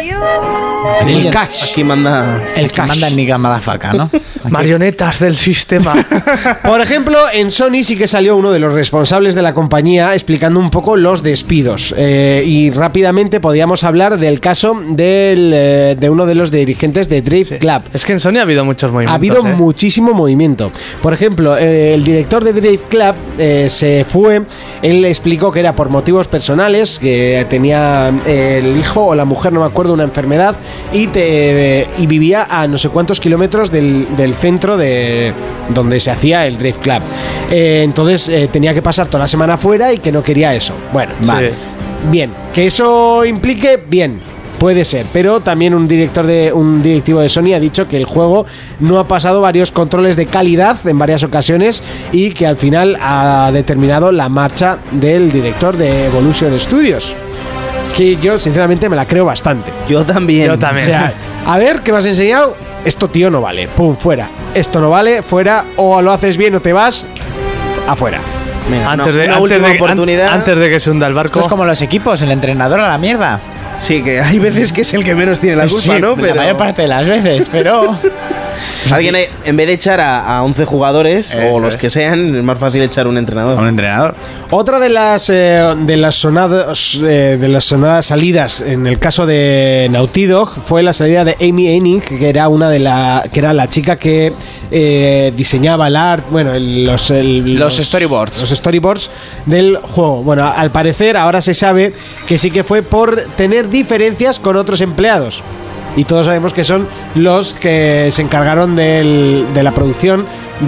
El El cash. Aquí manda El que manda el Niga Madafaca, ¿no? Marionetas del sistema. Por ejemplo, en Sony sí que salió uno de los responsables de la compañía explicando un poco los despidos. Eh, y rápidamente podíamos hablar del caso del, eh, de uno de los dirigentes de Drive Sí. Club. Es que en Sony ha habido muchos movimientos. Ha habido ¿eh? muchísimo movimiento. Por ejemplo, eh, el director de Drive Club eh, se fue. Él explicó que era por motivos personales, que tenía eh, el hijo o la mujer, no me acuerdo, una enfermedad y, te, eh, y vivía a no sé cuántos kilómetros del, del centro de donde se hacía el Drive Club. Eh, entonces eh, tenía que pasar toda la semana fuera y que no quería eso. Bueno, Sí. vale. Bien, que eso implique, bien. Puede ser, pero también un director de un directivo de Sony ha dicho que el juego no ha pasado varios controles de calidad en varias ocasiones y que al final ha determinado la marcha del director de Evolution Studios. Que yo sinceramente me la creo bastante. Yo también. Yo también. O sea, a ver, ¿qué me has enseñado? Esto, tío, no vale. Pum, fuera. Esto no vale, fuera. O lo haces bien o te vas, afuera. Venga, Antes, una, de, una antes, última de, oportunidad. an- antes de que se hunda el barco. Esto es como los equipos, el entrenador a la mierda. Sí, que hay veces que es el que menos tiene la culpa, Sí, ¿no? la mayor parte de las veces, pero... Alguien, hay- en vez de echar a, a once jugadores Eso o los es. que sean, es más fácil echar un entrenador. Un entrenador. Otra de las eh, de las sonadas eh, de las sonadas salidas en el caso de Naughty Dog fue la salida de Amy Hennig, que era una de la que era la chica que eh, diseñaba el art, bueno, el- los, el- Los storyboards. los storyboards del juego. Bueno, al parecer ahora se sabe que sí que fue por tener diferencias con otros empleados. Y todos sabemos que son los que se encargaron del- de la producción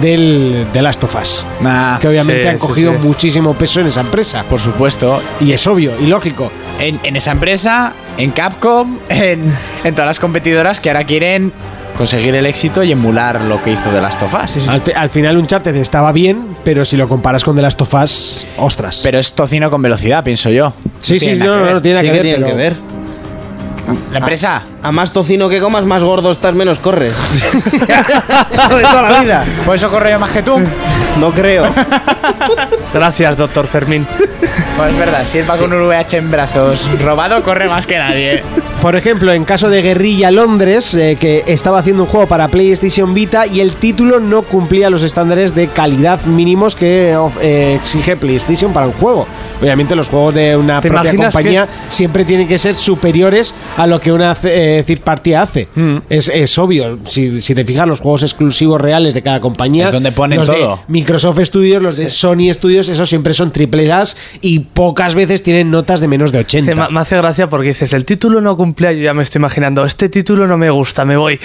del de Last of Us. Nah, Que obviamente sí, han sí, cogido sí. muchísimo peso en esa empresa. por supuesto. Y es obvio y lógico. En, en esa empresa, en Capcom, en, en todas las competidoras que ahora quieren conseguir el éxito y emular lo que hizo The Last of Us. Al, fi- al final Uncharted estaba bien, pero si lo comparas con The Last of Us, ostras. Pero es tocino con velocidad, pienso yo. sí, sí, tiene no, nada no, que no, ver. tiene nada Sí que, que ver, tienen pero- que ver. La empresa. A más tocino que comas, más gordo estás, menos corres. De toda la vida. Por eso corro yo más que tú. No creo. Gracias, doctor Fermín. Pues es verdad, si él va con un V H en brazos robado, corre más que nadie. Por ejemplo, en caso de Guerrilla Londres, eh, que estaba haciendo un juego para PlayStation Vita y el título no cumplía los estándares de calidad mínimos que of- eh, exige PlayStation para un juego. Obviamente los juegos de una ¿Te propia imaginas compañía que siempre tienen que ser superiores a lo que una eh, third party hace. Es, es obvio. Si, si te fijas, los juegos exclusivos reales de cada compañía, Es donde ponen los de todo. Microsoft Studios, los de Sony Studios, esos siempre son triple A y pocas veces tienen notas de menos de ochenta. Que ma- me hace gracia porque dices, el título no cumplía, yo ya me estoy imaginando, este título no me gusta, me voy.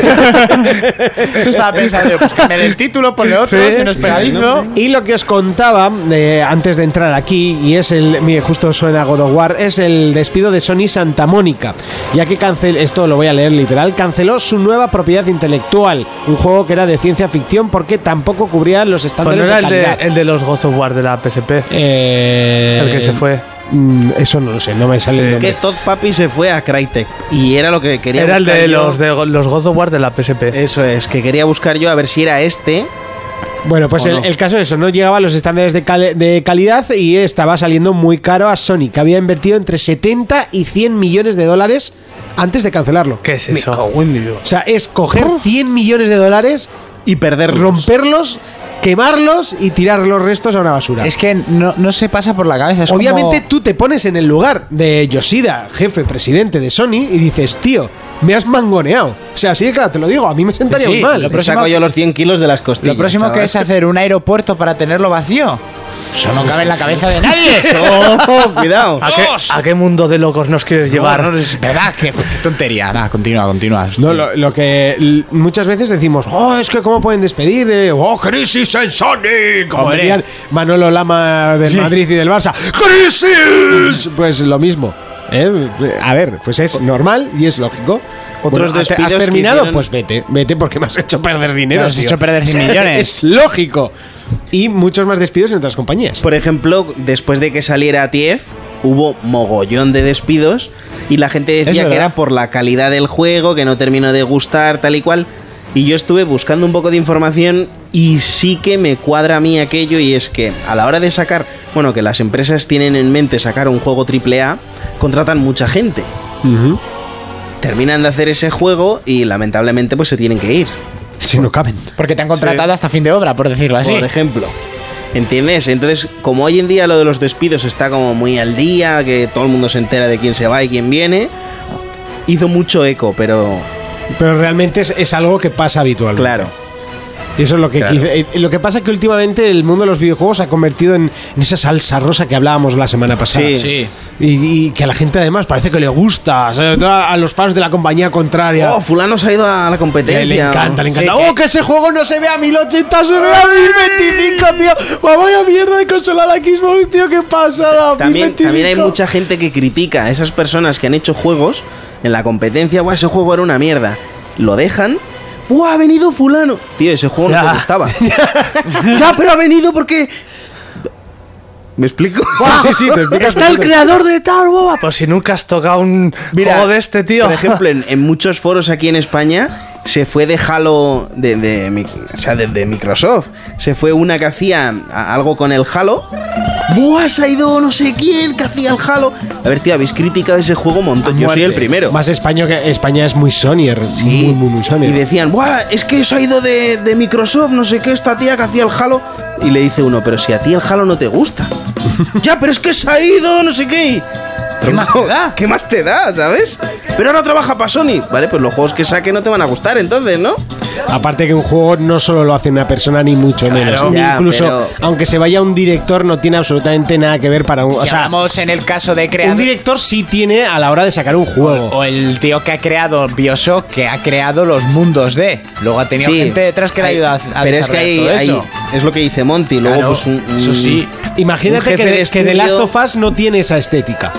Eso estaba pensando yo, pues que me dé el título, ponle otro, Sí. si no es pegadizo. Y lo que os contaba eh, antes de entrar aquí, y es el, mire, justo suena God of War, es el despido de Sony Santa Mónica, ya que canceló, esto lo voy a leer literal, canceló su nueva propiedad intelectual, un juego que era de ciencia ficción porque tampoco cubría los Pues no estándares era de el de, calidad. el de los God of War de la P S P, Eh, el que se fue. mm, Eso no lo sé, no me sale Sí. el Es nombre. que Todd Papi se fue a Crytek y era lo que quería Era el buscar de yo. los, de los God of War de la P S P. Eso es, que quería buscar yo a ver si era este. Bueno, pues ¿O el, no? el caso es eso, no llegaba a los estándares de, cal- de calidad y estaba saliendo muy caro a Sony, que había invertido entre setenta y cien millones de dólares antes de cancelarlo. ¿Qué es Me eso? cago en Dios. O sea, es coger cien millones de dólares, Y perderlos. romperlos, quemarlos y tirar los restos a una basura. Es que no, no se pasa por la cabeza. Es Obviamente como- tú te pones en el lugar de Yoshida, jefe, presidente de Sony, y dices, tío, me has mangoneado. O sea, así de claro, te lo digo, a mí me sentaría Sí, muy mal. lo Le próximo saco que- yo los cien kilos de las costillas. Lo próximo que chaval. es hacer un aeropuerto para tenerlo vacío. Eso no cabe en la cabeza de nadie. Oh, cuidado. ¿A qué, ¿A qué mundo de locos nos quieres llevar? No, no, es verdad, qué, qué tontería. Nada, continúa, continúa. No, lo, lo que l- muchas veces decimos, oh, es que cómo pueden despedir, eh? oh, crisis en Sonic, como Hombre. decían Manolo Lama del Sí. Madrid y del Barça, crisis, pues lo mismo. ¿eh? A ver, pues es normal y es lógico. Otros Bueno, ¿has- despidos ¿Has que terminado? hicieron- Pues vete, vete porque me has hecho perder dinero. Me has tío. hecho perder cien millones. Es lógico. Y muchos más despidos en otras compañías. Por ejemplo, después de que saliera T F, hubo mogollón de despidos y la gente Es decía que verdad. era por la calidad del juego, que no terminó de gustar, tal y cual. Y yo estuve buscando un poco de información y sí que me cuadra a mí aquello, y es que a la hora de sacar, bueno, que las empresas tienen en mente sacar un juego triple A, contratan mucha gente. Ujú. Terminan de hacer ese juego y lamentablemente pues se tienen que ir. Si no caben. Porque te han contratado hasta fin de obra, por decirlo así. Por ejemplo. ¿Entiendes? Entonces, como hoy en día lo de los despidos está como muy al día, que todo el mundo se entera de quién se va y quién viene, hizo mucho eco, pero Pero realmente es, es algo que pasa habitualmente. claro. Y eso es lo que Claro. quise- eh, lo que pasa es que últimamente el mundo de los videojuegos se ha convertido en, en esa salsa rosa que hablábamos la semana pasada. Sí. Sí. Y, y que a la gente además parece que le gusta, sobre todo a los fans de la compañía contraria. Oh, fulano se ha ido a la competencia. Le, le encanta, le encanta. Sí, ¡Oh, que ese juego no se ve a mil ochenta, se ve a mil veinticinco, tío! ¡Oh, vaya mierda de consola de Xbox, tío! ¿Qué pasa? También, también hay mucha gente que critica a esas personas que han hecho juegos en la competencia. Buah, ese juego era una mierda. Lo dejan. ¡Buah, ha venido fulano! Tío, ese juego no Ya. te gustaba. Ya, pero ha venido porque... ¿Me explico? Sí, sí, sí, te explicas Está el perfecto. creador de tal, boba. Pues si nunca has tocado un Mira, juego de este, tío. Por ejemplo, en, en muchos foros aquí en España se fue de Halo de, de, mi- o sea, de, de Microsoft. Se fue una que hacía a- algo con el Halo. ¡Buah! Se ha ido no sé quién que hacía el Halo. A ver, tío, habéis criticado ese juego un montón. Yo soy el primero. Más España que España es muy Sonyer. Sí. Muy, muy, muy Y Sonyer. decían, ¡buah! Es que se ha ido de, de Microsoft, no sé qué, esta tía que hacía el Halo. Y le dice uno, pero si a ti el Halo no te gusta. Ya, pero es que se ha ido, no sé qué. ¿Qué más te da? ¿Qué más te da, sabes? Pero ahora trabaja para Sony. Vale, pues los juegos que saque no te van a gustar entonces, ¿no? Aparte que un juego no solo lo hace una persona ni mucho menos. ya, Incluso pero- aunque se vaya un director no tiene absolutamente nada que ver para un... Si o sea, hablamos en el caso de crear un director sí tiene a la hora de sacar un juego. o el tío que ha creado BioShock, que ha creado los mundos de. Luego ha tenido Sí. gente detrás que le Hay- ayuda a, a Pero es que hay, desarrollar hay- todo eso. es lo que dice Monty. Luego, Claro, pues un, un- eso sí. Imagínate un que, jefe de de- que The Last estudio- of Us no tiene esa estética.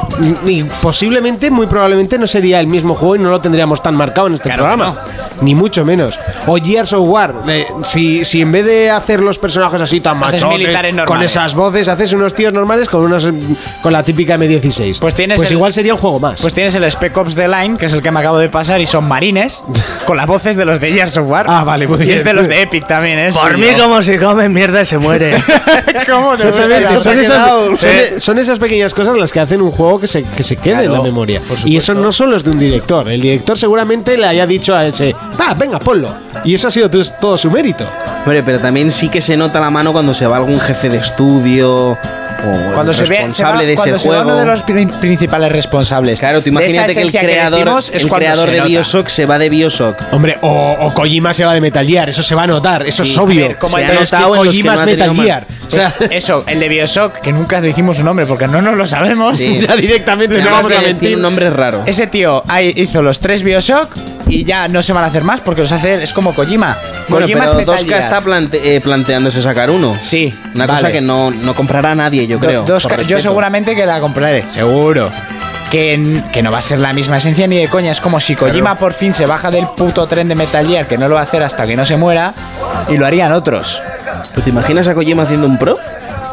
Y y posiblemente, muy probablemente, no sería el mismo juego y no lo tendríamos tan marcado en este Claro programa. Ni mucho menos. O Gears of War. eh, si, si en vez de hacer los personajes así tan Haces machotes, militares con normales. esas voces, haces unos tíos normales con unos con la típica eme dieciséis. Pues tienes el- igual sería un juego más. Pues tienes el Spec Ops The Line, que es el que me acabo de pasar, y son marines, con las voces de los de Gears of War. Ah, vale, muy Y bien. es de los de Epic también, ¿eh? Por Sí, mí, yo- como si comen mierda y se muere. ¿Cómo te Exactamente, son, esas, son, Sí. son esas pequeñas cosas las que hacen un juego que se, que se quede en la Claro, memoria. Y eso no solo es de un director. El director seguramente le haya dicho a ese, va, venga, ponlo. Y eso ha sido tu- todo su mérito. Hombre, pero también sí que se nota la mano cuando se va algún jefe de estudio o Cuando el se ve, se va, responsable de cuando ese se va juego. uno de los pri- principales responsables. Claro, tú de esa imagínate que el esencia creador, decimos es el cuando creador se de nota. BioShock se va de BioShock. Hombre, o, o Kojima se va de Metal Gear, eso se va a notar, eso Sí, es obvio. a ver, como Se el ha de- Pero es que notado en los que Kojima no es ha tenido Metal mal. Gear. O sea, Pues eso, el de BioShock, que nunca decimos su nombre porque no nos lo sabemos. Sí. ya directamente no Además vamos a de- mentir. tiene un nombre raro. Ese tío ahí hizo los tres BioShock y ya no se van a hacer más porque los hace. Es como Kojima. Bueno, Kojima es pero Metal Tosca Gear. está plante- eh, planteándose sacar uno. Sí, Una vale. cosa que no, no comprará nadie, yo Do- creo. dos por ca- yo respeto. seguramente que la compraré, seguro. Que, n- que no va a ser la misma esencia ni de coña. Es como si Kojima por fin se baja del puto tren de Metal Gear, que no lo va a hacer hasta que no se muera, y lo harían otros. ¿Pero ¿Te imaginas a Kojima haciendo un pro?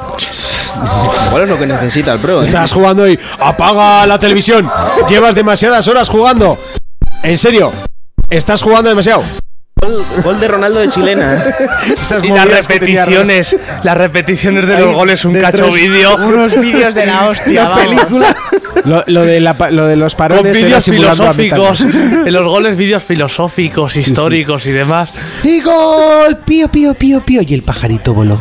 Igual es lo que necesita el pro, ¿eh? Estás jugando y apaga la televisión. Llevas demasiadas horas jugando. En serio, estás jugando demasiado. Gol, gol de Ronaldo de chilena. ¿eh? Esas Y las movidas que tenía repeticiones, las repeticiones de Ahí, los goles, un de cacho tres- vídeo. Unos vídeos de la hostia, la vamos. película. Lo, lo de la pa- lo de los Con parones era vídeos simulando a Metal filosóficos. Gear. En los goles, vídeos filosóficos, históricos y demás. Y gol, pío, pío, pío, pío. Y el pajarito voló.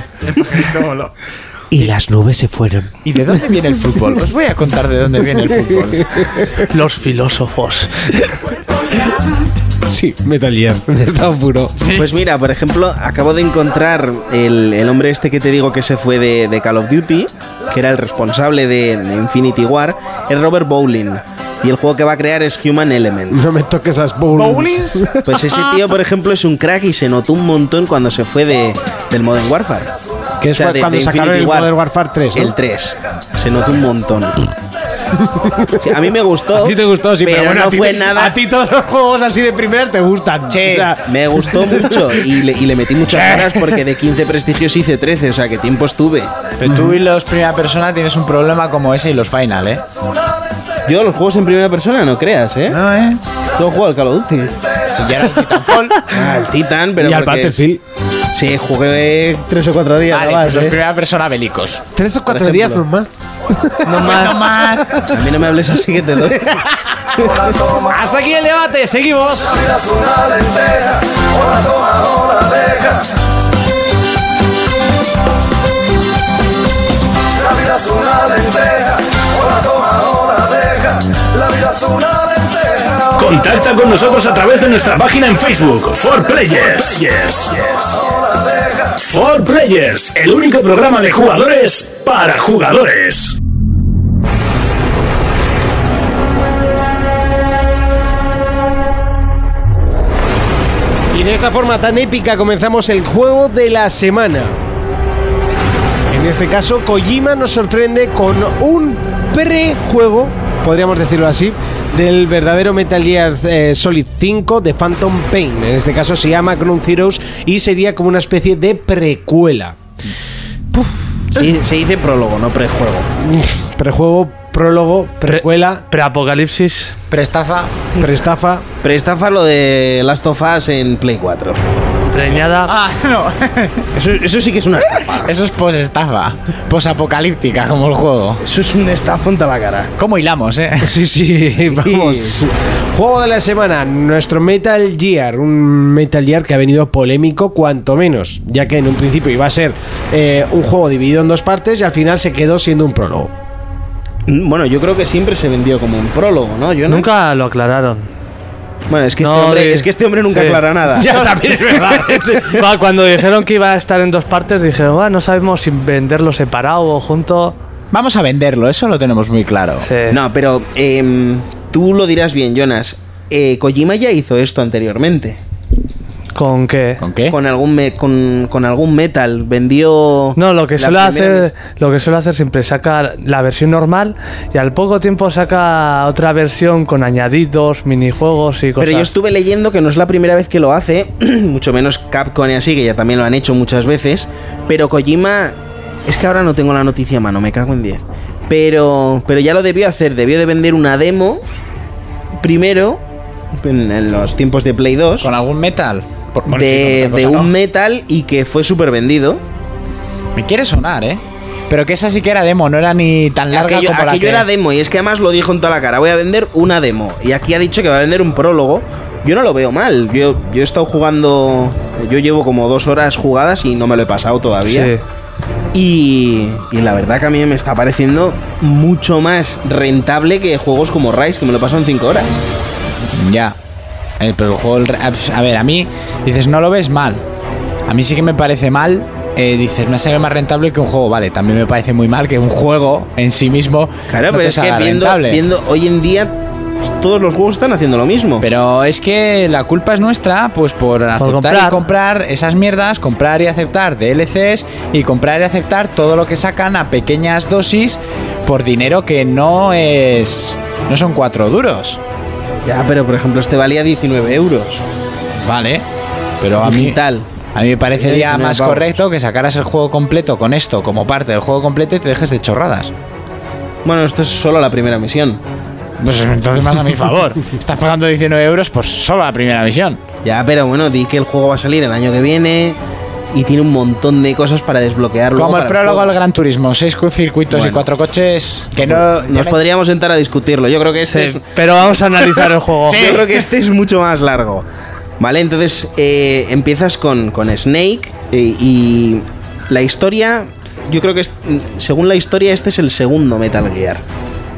Y las nubes se fueron. ¿Y de dónde viene el fútbol? Os voy a contar de dónde viene el fútbol. Los filósofos. Sí, Metal Gear, de estado puro. Sí. Pues mira, por ejemplo, acabo de encontrar el, el hombre este que te digo que se fue de, de Call of Duty, que era el responsable de, de Infinity War, es Robert Bowling. Y el juego que va a crear es Human Element. No me toques las bowlings. ¿Bowlings? Pues ese tío, por ejemplo, es un crack y se notó un montón cuando se fue de, del Modern Warfare. Que es O sea, de- cuando de sacaron Infinity el War. Modern Warfare tres, ¿no? El tres. Se notó un montón. Sí, a mí me gustó. A ti te gustó, sí, pero, pero bueno, no a ti, fue te- nada. a ti todos los juegos así de primeras te gustan. Sí. O sea, Me gustó mucho y le, y le metí muchas horas porque de quince prestigios hice trece, o sea que tiempo estuve. Pero tú y los primera persona tienes un problema como ese y los final, ¿eh? Yo los juegos en primera persona no creas, ¿eh? No, ¿eh? Tú has jugado al Call of Duty. Si ya era el Titanfall. Ah, el Titan, pero y al porque es- Battlefield. Sí, jugué tres o cuatro días, Vale, nada más, pues los ¿eh? primera persona bélicos. Tres o cuatro Por días ejemplo. son más. No más. No más. A mí no me hables así que te doy. Hasta aquí el debate, seguimos. Contacta con nosotros a través de nuestra página en Facebook, For Players. For Players, el único programa de jugadores para jugadores. Y de esta forma tan épica comenzamos el juego de la semana. En este caso, Kojima nos sorprende con un prejuego, podríamos decirlo así, del verdadero Metal Gear eh, Solid cinco de Phantom Pain. En este caso se llama Ground Zeroes y sería como una especie de precuela. Sí, se dice prólogo, no prejuego. Prejuego, prólogo, precuela, Preapocalipsis. Prestafa. preestafa. Prestafa lo de Last of Us en Play cuatro. Preñada. Ah, no. Eso, eso sí que es una estafa. Eso es post-estafa. Post-apocalíptica, como el juego. Eso es un estafa en toda la cara. ¿Cómo hilamos, eh? Sí, sí, vamos. Juego de la semana, nuestro Metal Gear. Un Metal Gear que ha venido polémico, cuanto menos, ya que en un principio iba a ser eh, un juego dividido en dos partes y al final se quedó siendo un prólogo. Bueno, yo creo que siempre se vendió como un prólogo, ¿no? Yo no. Nunca lo aclararon. Bueno, es que, No, este, hombre, de- es que este hombre nunca sí. aclara nada. Ya, también es verdad. Va, Cuando dijeron que iba a estar en dos partes, dije, bueno, no sabemos si venderlo separado o junto. Vamos a venderlo, eso lo tenemos muy claro. Sí. No, pero em, tú lo dirás bien, Jonas. Eh, Kojima ya hizo esto anteriormente. ¿Con qué? ¿Con qué? Con algún me- con, con algún metal. Vendió. No, lo que la suele primera hacer, vez. lo que suele hacer siempre saca la versión normal y al poco tiempo saca otra versión con añadidos, minijuegos y cosas. Pero yo estuve leyendo que no es la primera vez que lo hace, mucho menos Capcom y así, que ya también lo han hecho muchas veces. Pero Kojima, es que ahora no tengo la noticia a mano, me cago en diez. Pero, pero ya lo debió hacer, debió de vender una demo primero, en, en los tiempos de Play dos, ¿Con algún metal? Por- bueno, sí, de, con otra de cosa, un ¿no? metal y que fue súper vendido. Me quiere sonar, ¿eh? Pero que esa sí que era demo, no era ni tan larga Aquello, como la aquello que... era demo y es que además lo dijo en toda la cara, voy a vender una demo. Y aquí ha dicho que va a vender un prólogo. Yo no lo veo mal, yo, yo he estado jugando, yo llevo como dos horas jugadas y no me lo he pasado todavía. Sí. Y, y la verdad que a mí me está pareciendo mucho más rentable que juegos como Rise, que me lo paso en cinco horas. Ya. Eh, pero el juego... el re- A ver, a mí... Dices, no lo ves mal. A mí sí que me parece mal. Eh, dices, me ha salido más rentable que un juego. Vale, también me parece muy mal que un juego en sí mismo Claro, no pero te es que salga viendo, rentable. viendo hoy en día todos los juegos están haciendo lo mismo. Pero es que la culpa es nuestra, pues por aceptar comprar. y comprar esas mierdas, comprar y aceptar D L Cs y comprar y aceptar todo lo que sacan a pequeñas dosis por dinero que no es... No son cuatro duros. Ya, pero por ejemplo este valía diecinueve euros. Vale, pero a mí... Digital. A mí me parecería diecinueve más pavos. correcto que sacaras el juego completo con esto como parte del juego completo y te dejes de chorradas. Bueno, esto es solo la primera misión. Pues entonces más a mi favor. Estás pagando diecinueve euros por solo la primera misión. Ya, pero bueno, di que el juego va a salir el año que viene y tiene un montón de cosas para desbloquear. luego Como el para prólogo juego. al Gran Turismo, seis circuitos y Bueno. cuatro coches que no... Nos ya podríamos sentar a discutirlo. Yo creo que este, Sí, es, pero vamos a analizar el juego. yo creo que este es mucho más largo. Vale, entonces eh, empiezas con, con Snake eh, y la historia, yo creo que es- según la historia este es el segundo Metal Gear.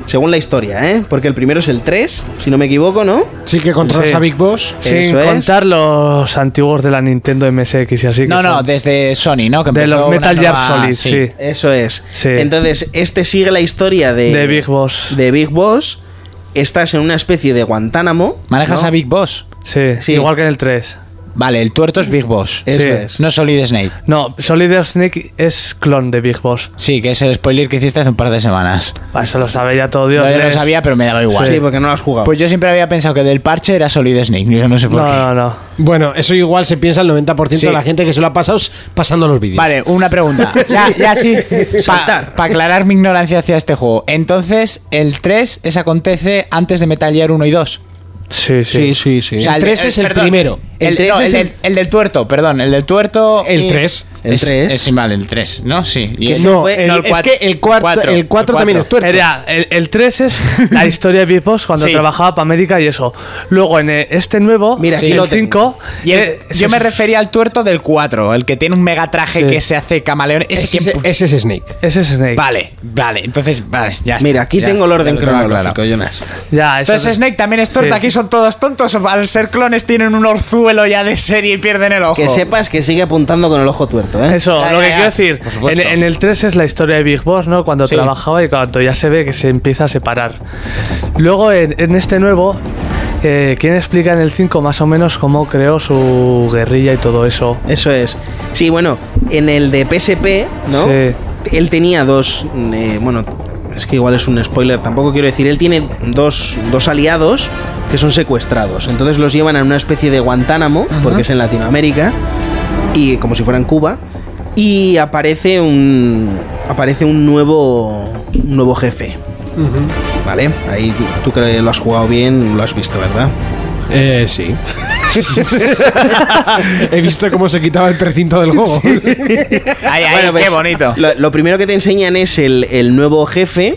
según la historia, ¿eh? Porque el primero es el tres, si no me equivoco, ¿no? Sí, que controlas Sí. a Big Boss. Sin Eso es. contar los antiguos de la Nintendo M S X y así. que No, no, son desde Sony, ¿no? Que de empezó los una Metal Gear nueva- Solid, sí. Eso es. Sí. Entonces, este sigue la historia de... De Big Boss. De Big Boss. Estás en una especie de Guantánamo. ¿Manejas ¿no? a Big Boss? Sí, Sí. igual que en el tres. Vale, el tuerto es Big Boss. Eso Sí. es. No Solid Snake. No, Solid Snake es clon de Big Boss. Sí, que es el spoiler que hiciste hace un par de semanas. Ah, eso lo sabe ya todo Dios. Yo ya lo les- sabía, pero me daba igual. Sí, porque no lo has jugado. Pues yo siempre había pensado que del parche era Solid Snake. Yo no sé por No, qué. no, no. Bueno, eso igual se piensa el noventa por ciento Sí. de la gente que se lo ha pasado pasando los vídeos. Vale, una pregunta. Ya, ya sí. Saltar. Para aclarar mi ignorancia hacia este juego. Entonces, el tres es acontece antes de Metal Gear uno y dos. Sí, Sí, sí. sí, sí. O sea, El tres es el perdón, primero. El, El tres no, es el, el- del, el del tuerto, perdón. El del tuerto. El y- tres. El es- tres. Es, sí, vale, el tres, ¿no? Sí. Y Que es- no, el- no, el es cuatro- que el cuarto, cuatro, el cuatro también es tuerto. Era, el, el tres es la historia de Big Boss cuando Sí. trabajaba para América y eso. Luego en eh, este nuevo, Mira, aquí el lo tengo. cinco, Y el- eh, yo se- me refería al tuerto del cuatro, el que tiene un mega traje Sí. que se hace camaleón. Ese Ese, que- ese es Snake. ese es Snake. Vale, vale. Entonces, vale, ya está. Mira, aquí ya tengo está, el orden ya lo tengo cronológico, aclarado. Jonas. Ya, eso Entonces es- Snake también es torta, Sí. aquí son todos tontos, al ser clones tienen un orzuelo ya de serie y pierden el ojo. Que sepas que sigue apuntando con el ojo tuerto, ¿eh? Eso, Ya, lo ya, que ya. quiero decir, Por supuesto. en, en el tres es la historia de Big Boss, ¿no? Cuando Sí. trabajaba y cuando ya se ve que se empieza a separar. Luego en, en este nuevo, eh, ¿quién explica en el cinco más o menos cómo creó su guerrilla y todo eso? Eso es. Sí, bueno, en el de P S P, ¿no? Sí. Él tenía dos. eh, bueno, es que igual es un spoiler, tampoco quiero decir. Él tiene dos, dos aliados que son secuestrados. Entonces los llevan a una especie de Guantánamo, porque es en Latinoamérica, y como si fueran Cuba. Y aparece un. Aparece un nuevo. Un nuevo jefe. ¿Vale? Ahí tú que lo has jugado bien, lo has visto, ¿verdad? Eh, sí. He visto cómo se quitaba el precinto del juego. Ay, ay, Bueno, qué pues, bonito. Lo, lo primero que te enseñan es el, el nuevo jefe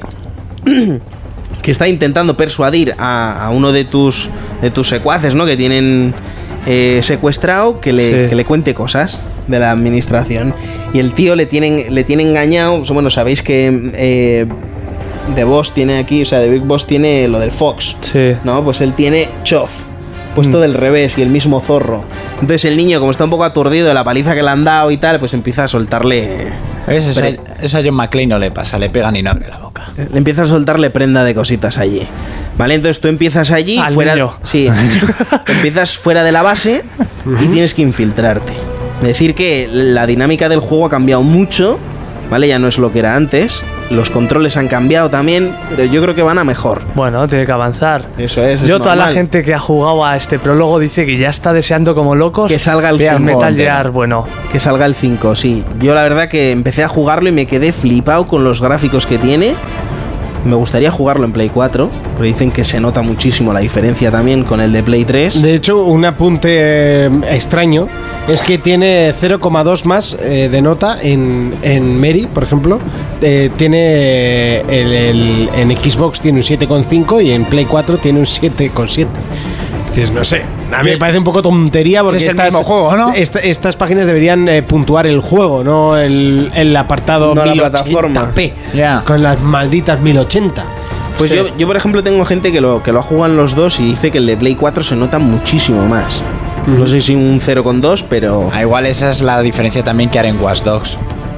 que está intentando persuadir a, a uno de tus de tus secuaces, ¿no? Que tienen eh, secuestrado, que le, Sí. que le cuente cosas de la administración. Y el tío le tienen, le tiene engañado. Bueno, sabéis que eh, The Boss tiene aquí, o sea, The Big Boss tiene lo del Fox. Sí. ¿No? Pues él tiene Chof, puesto Mm. del revés y el mismo zorro. Entonces el niño, como está un poco aturdido de la paliza que le han dado y tal, pues empieza a soltarle. ¿Ves? Eso, Pero- eso a John McClane no le pasa, le pegan y no abre la boca. Le empieza a soltarle prenda de cositas allí. ¿Vale? Entonces tú empiezas allí, Al fuera. niño. Sí. Empiezas fuera de la base y tienes que infiltrarte. Es decir, que la dinámica del juego ha cambiado mucho. ¿Vale? Ya no es lo que era antes. Los controles han cambiado también, pero yo creo que van a mejor. Bueno, tiene que avanzar. Eso es. es Yo, toda la normal. gente que ha jugado a este prólogo dice que ya está deseando como locos Que salga el vean cinco, Metal hombre. Gear, bueno. Que salga el cinco, sí. Yo la verdad que empecé a jugarlo y me quedé flipado con los gráficos que tiene. Me gustaría jugarlo en Play cuatro, pero dicen que se nota muchísimo la diferencia también con el de Play tres. De hecho, un apunte eh, extraño es que tiene cero coma dos más eh, de nota en, en Mary, por ejemplo. Eh, tiene el, el- en Xbox tiene un siete coma cinco y en Play cuatro tiene un siete coma siete. Dices, no sé, a mí me parece un poco tontería porque es el estas, mismo juego, ¿no? esta- estas páginas deberían eh, puntuar el juego, no el, el apartado No la mil ochenta plataforma. p Ya. con las malditas mil ochenta. Pues Sí. yo, yo, por ejemplo, tengo gente que lo, que lo ha jugado en los dos y dice que el de Play cuatro se nota muchísimo más. No sé si un cero coma dos, pero... Ah, igual esa es la diferencia también que hará en Watch Dogs.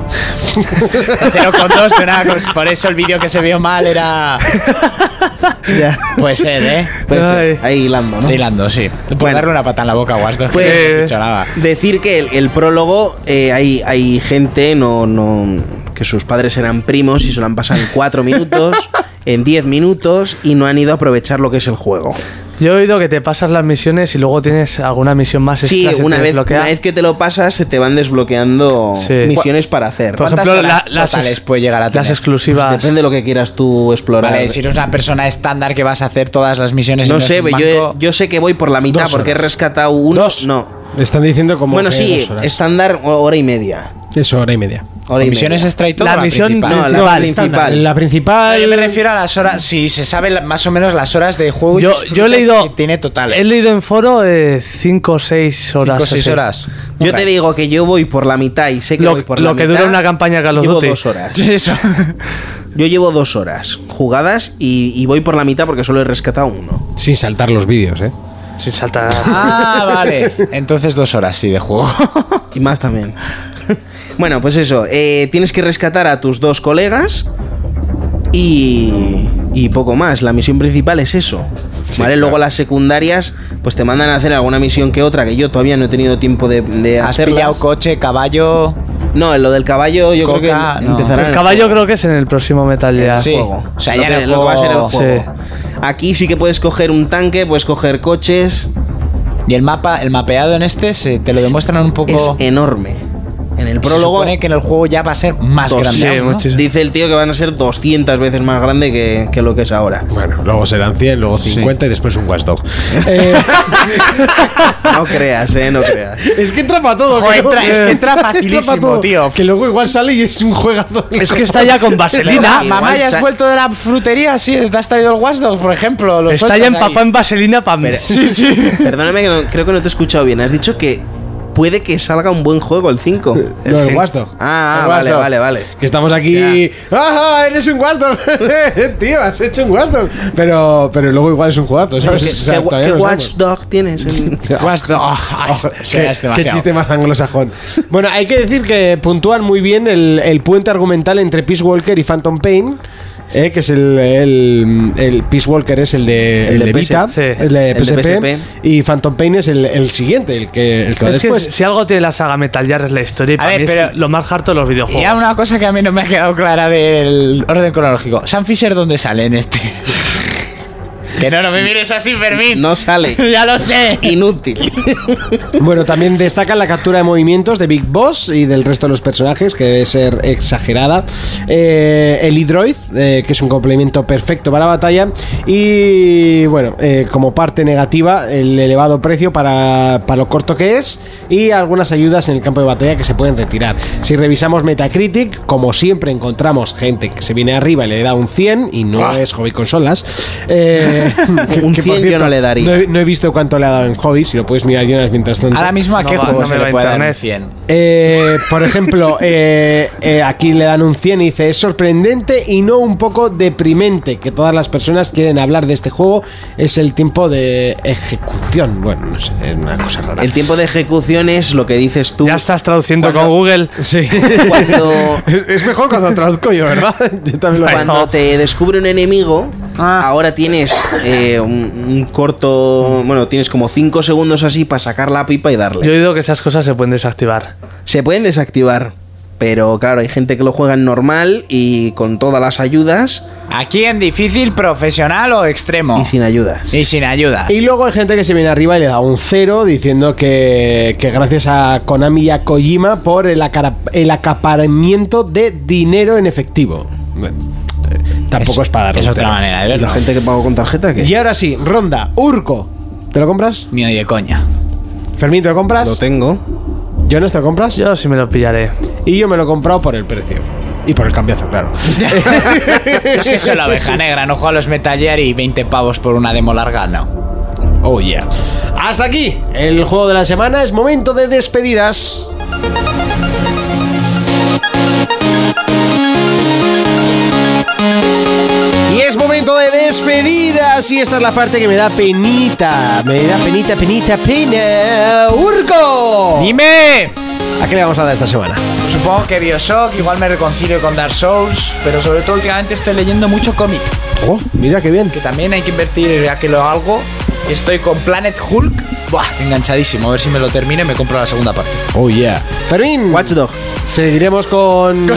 cero coma dos, por eso el vídeo que se vio mal era... Ya. Puede ser, ¿eh? Pues, Ay. eh, ahí hilando, ¿no? Hilando, sí. Por Bueno. darle una pata en la boca a Watch Dogs. Pues- que no he dicho nada. Decir que el, el prólogo, eh, hay, hay gente no, no, que sus padres eran primos y se lo han pasado en cuatro minutos, en diez minutos y no han ido a aprovechar lo que es el juego. Yo he oído que te pasas las misiones y luego tienes alguna misión más extra. Sí, se te una vez, desbloquea. una vez que te lo pasas se te van desbloqueando Sí. misiones para hacer. Por ¿Cuántas ejemplo, horas la- las totales es- puede llegar a Las tener? exclusivas. Pues depende de lo que quieras tú explorar. Vale, si eres una persona estándar que vas a hacer todas las misiones y no es sé, un yo, banco- yo sé que voy por la mitad Dos porque he horas. rescatado uno. ¿Dos? No. Le están diciendo como Bueno, que sí, dos horas. estándar hora y media. Eso, hora y media. Hora y ¿Misiones media. extra y todo? La o misión principal? No, la principal. principal. La principal. Yo me refiero a las horas, si se sabe la- más o menos las horas de juego. y Yo, disfrute yo he leído. que tiene totales. He leído en foro cinco o seis horas. cinco o seis así. horas. Yo te digo que yo voy por la mitad y sé que Lo, voy por lo la que mitad. dura una campaña Call of Llevo Duty. dos horas. Eso. Yo llevo dos horas jugadas y, y voy por la mitad porque solo he rescatado uno. Sin saltar los vídeos, ¿eh? Sin saltar. Ah, vale. Entonces dos horas, sí, de juego. Y más también. Bueno, pues eso. eh, tienes que rescatar a tus dos colegas y, y poco más. La misión principal es eso. Sí, ¿Vale? claro. Luego las secundarias, pues te mandan a hacer alguna misión que otra que yo todavía no he tenido tiempo de, de Has hacerlas. pillado coche, caballo. No, en lo del caballo yo Coca, creo que no. empezará en El el caballo juego. creo que es en el próximo Metal Gear. Sí. Juego. O sea, Lo ya que- en el lo que va a ser el juego- juego. Sí. Aquí sí que puedes coger un tanque, puedes coger coches. Y el mapa, el mapeado en este, se, te lo demuestran un poco. Es enorme. En el Se prólogo supone que en el juego ya va a ser más dos- grande. Sí, ¿no? muchísimo. dice el tío que van a ser doscientas veces más grande que, que lo que es ahora. Bueno, luego serán cien, luego cincuenta y después un Watchdog. Eh, No creas, eh, no creas. es que entra para todo. Joder, que luego- entra- es que entra entra pa' facilísimo, todo. tío. Que luego igual sale y es un juegazo. Es que está ya con vaselina. Igual Mamá, ¿ya has sa- vuelto de la frutería? Sí, ¿te has traído el Watchdog, por ejemplo? Lo Está ya sueltas empapado ahí. en vaselina para mí. Pero- Sí, sí. Perdóname que no- creo que no te he escuchado bien. Has dicho que puede que salga un buen juego el cinco. No, el Sí. Watchdog. Ah, El vale, Watchdog. vale, vale. Que estamos aquí. ¡Ah, eres un Watchdog! Tío, has hecho un Watchdog. Pero, pero luego igual es un jugazo, ¿sabes? ¿Qué, O sea, qué- todavía qué no sabemos. Watchdog tienes? en- Watchdog. Oh, ay, Ojo, sí, qué, es qué demasiado. chiste más anglosajón. Bueno, hay que decir que puntúan muy bien el, el puente argumental entre Peace Walker y Phantom Pain. eh, que es el, el, el Peace Walker es el de, el El de de Vita, P S P. el de El P S P, de P S P. y Phantom Pain es el, el siguiente, el que, el que va Es que después. si algo tiene la saga Metal Gear es la historia y A para ver, mí pero- es lo más harto de los videojuegos. Y hay una cosa que a mí no me ha quedado clara del orden cronológico. ¿Sam Fisher dónde sale en este? Que no, no me mires así, Fermín. No sale. Ya lo sé. Inútil. Bueno, también destacan la captura de movimientos de Big Boss y del resto de los personajes, que debe ser exagerada. Eh, el E-Droid, eh, que es un complemento perfecto para la batalla. Y bueno, eh, como parte negativa, el elevado precio para, para lo corto que es. Y algunas ayudas en el campo de batalla que se pueden retirar. Si revisamos Metacritic, como siempre encontramos gente que se viene arriba y le da un cien, y no Ah. es hobby consolas. Eh, que- Un que, por cien yo no le daría. No he, no he visto cuánto le ha dado en hobby, si lo puedes mirar, Jonas, mientras tanto. Ahora mismo, ¿a No qué va, juego no se me le va puede dar internet. un cien? Eh, por ejemplo, eh, eh, aquí le dan un cien y dice: es sorprendente y no un poco deprimente que todas las personas quieren hablar de este juego. Es el tiempo de ejecución. Bueno, no sé, es una cosa rara. El tiempo de ejecución es lo que dices tú. Ya estás traduciendo Cuando- con Google. Sí. Cuando, es, es mejor cuando traduzco yo, ¿verdad? Yo también lo cuando te descubre un enemigo, Ah. ahora tienes eh, un, un corto. Bueno, tienes como cinco segundos así para sacar la pipa y darle. Yo he oído que esas cosas se pueden desactivar. Se pueden desactivar. Pero claro, hay gente que lo juega en normal y con todas las ayudas ¿Aquí en difícil, profesional o extremo? y sin ayudas. Y sin ayudas. Y luego hay gente que se viene arriba y le da un cero diciendo que, que gracias a Konami y a Kojima por el, acara- el acaparamiento de dinero en efectivo. Bueno, eh, tampoco es, para darle Es un otra cero. manera de ¿La verlo. gente que pagó con tarjeta qué? Y ahora sí, ronda, Urco. ¿Te lo compras? Ni de coña. Fermín, ¿te lo compras? Lo tengo. Jonas, ¿te lo compras? Yo sí me lo pillaré. Y yo me lo he comprado por el precio. Y por el cambiazo, claro. Es que soy la oveja negra, no juego a los Metal Gear y veinte pavos por una demo larga, no. Oh yeah. Hasta aquí el juego de la semana. Es momento de despedidas. Y es momento de despedidas. Y esta es la parte que me da penita. Me da penita, penita, pena. ¡Urco! ¡Dime! ¿A qué le vamos a dar esta semana? Supongo que Bioshock, igual me reconcilio con Dark Souls, pero sobre todo últimamente estoy leyendo mucho cómic, Oh, mira qué bien. que también hay que invertir ya que lo hago. Estoy con Planet Hulk, buah, enganchadísimo, a ver si me lo termino y me compro la segunda parte. Oh yeah. Fermín. Watchdog. Seguiremos con.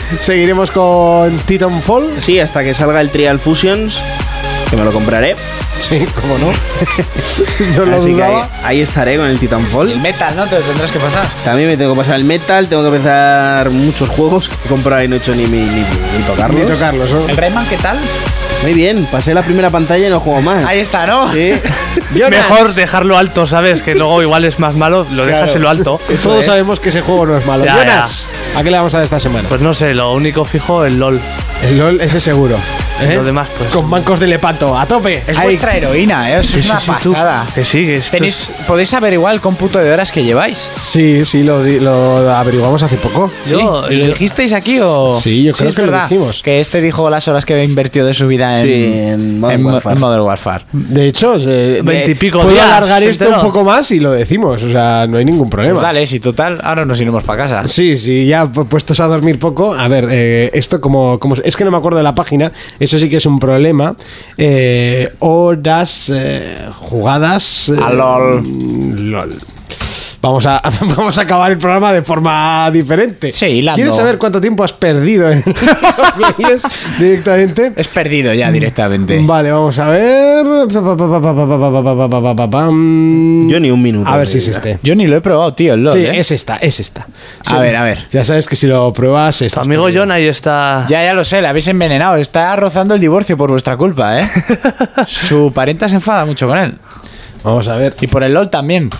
Seguiremos con Titanfall. Sí, hasta que salga el Trial Fusions, que me lo compraré. Sí, cómo no. Yo lo Así que ahí, dudaba. ahí estaré con el Titanfall. El Metal, ¿no? Te lo tendrás que pasar. También me tengo que pasar el Metal, tengo que empezar muchos juegos que he comprado y no he hecho ni, ni, ni, ni tocarlos. Ni tocarlos, ¿no? ¿El Rayman qué tal? Muy bien, pasé la primera pantalla y no juego más. Ahí está, ¿no? Sí. Mejor dejarlo alto, ¿sabes? Que luego igual es más malo, lo dejas Claro. en lo alto. Todos sabemos que ese juego no es malo. Ya, Jonas, ¿a qué le vamos a dar esta semana? Pues no sé, lo único fijo, el LOL. El LOL, ese seguro. ¿eh? Lo demás, pues. Con bancos de Lepanto, a tope. Es Ahí. vuestra heroína, ¿eh? Eso Sí, es sí, una sí, tú. pasada. Que sí, que esto Tenéis, es- podéis saber igual el cómputo de horas que lleváis. Sí, sí, lo, di- lo averiguamos hace poco. Yo- ¿Sí? ¿Y lo dijisteis aquí o...? Sí, yo creo es que lo verdad, dijimos. Que este dijo las horas que había invertido de su vida en, Sí, en Modern Mo- Warfare. en Modern Warfare. De hecho, eh, Veintipico puedo días, alargar esto entero. un poco más y lo decimos. O sea, no hay ningún problema. Pues dale, si total, ahora nos iremos para casa. Sí, sí, ya pu- puestos a dormir poco. A ver, eh, esto como, como... Es que no me acuerdo de la página. Eso sí que es un problema. Eh, horas eh, jugadas... eh, A LOL. LOL. Vamos a, vamos a acabar el programa de forma diferente. Sí, hilando. ¿Quieres saber cuánto tiempo has perdido en Players directamente? Es perdido ya directamente. Vale, vamos a ver. Yo ni un minuto. A ver de si es vida. este. Yo ni lo he probado, tío, el LOL, Sí, ¿eh? es esta, es esta. A ver, a ver. Ya sabes que si lo pruebas. Tu estás amigo perdido. John ahí está. Ya, ya lo sé, le habéis envenenado. Está rozando el divorcio por vuestra culpa, ¿eh? Su parienta se enfada mucho con él. Vamos a ver. Y por el LOL también.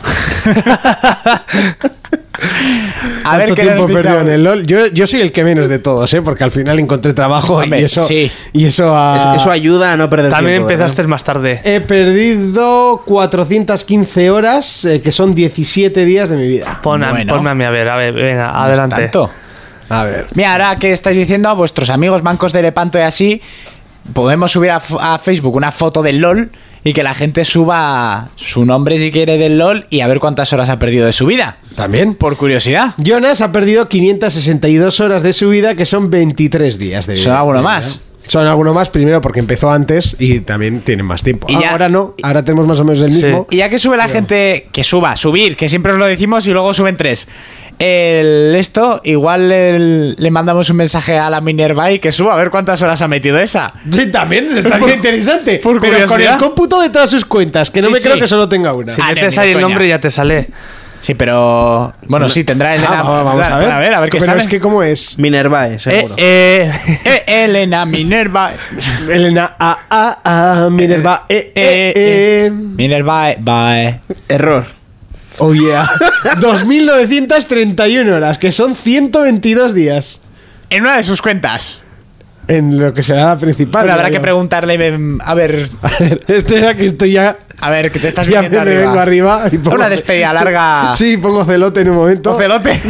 A ver ¿Cuánto qué tiempo nos he dice perdido en ahora. el LOL? Yo, yo soy el que menos de todos, ¿eh? Porque al final encontré trabajo Hombre, y eso. sí. Y eso ha- Eso ayuda a no perder También tiempo. empezaste más tarde. He perdido cuatrocientas quince horas, eh, que son diecisiete días de mi vida. Pon a- Bueno. Ponme a mí a ver, a ver, venga, No es adelante. tanto. A ver. Mira, ahora que estáis diciendo a vuestros amigos bancos de Lepanto y así, podemos subir a, f- a Facebook una foto del LOL y que la gente suba su nombre si quiere del LOL y a ver cuántas horas ha perdido de su vida. También. Por curiosidad. Jonas ha perdido quinientas sesenta y dos horas de su vida, que son veintitrés días de vida. ¿Son alguno más? Son alguno más, primero porque empezó antes y también tienen más tiempo. Y ya- ahora no, ahora tenemos más o menos el Sí. mismo. Y ya que sube la gente, que suba, subir, que siempre os lo decimos y luego suben tres. El esto, igual el- le mandamos un mensaje a la Minerva y que suba a ver cuántas horas ha metido esa. Sí, también estaría interesante. por pero con curiosidad. el cómputo de todas sus cuentas, que no Sí, me creo sí. que solo tenga una. Si Ah, metes ni ahí de el coña. nombre ya te sale. Sí, pero bueno, sí, tendrá Elena. Ah, vamos, vamos a ver. A ver, a ver qué Pero sale. es que cómo es. Minervae, Eh, seguro. eh, Eh, Elena Minerva. Elena, a, a, a, Minerva, eh, eh, eh. Minerva, bye. Error. Oh yeah. dos mil novecientas treinta y una horas, que son ciento veintidós días. En una de sus cuentas. En lo que será la principal. Pero habrá digo que yo. preguntarle, em, a ver, A ver, este era que estoy ya. a ver, que te estás Ya viniendo me arriba. vengo arriba. Y pongo- Una despedida larga. Sí, pongo celote en un momento. Ocelote.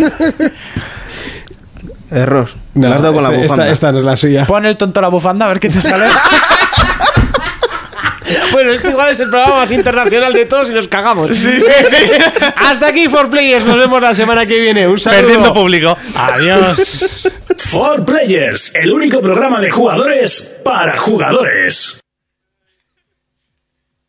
Error. No, Me has dado con la este- bufanda. esta, esta no es la suya. Pon el tonto la bufanda a ver qué te sale. Bueno, este igual es el programa más internacional de todos y nos cagamos. Sí, sí, sí. Hasta aquí, For Players. Nos vemos la semana que viene. Un saludo. perdiendo público. Adiós. For Players, el único programa de jugadores para jugadores.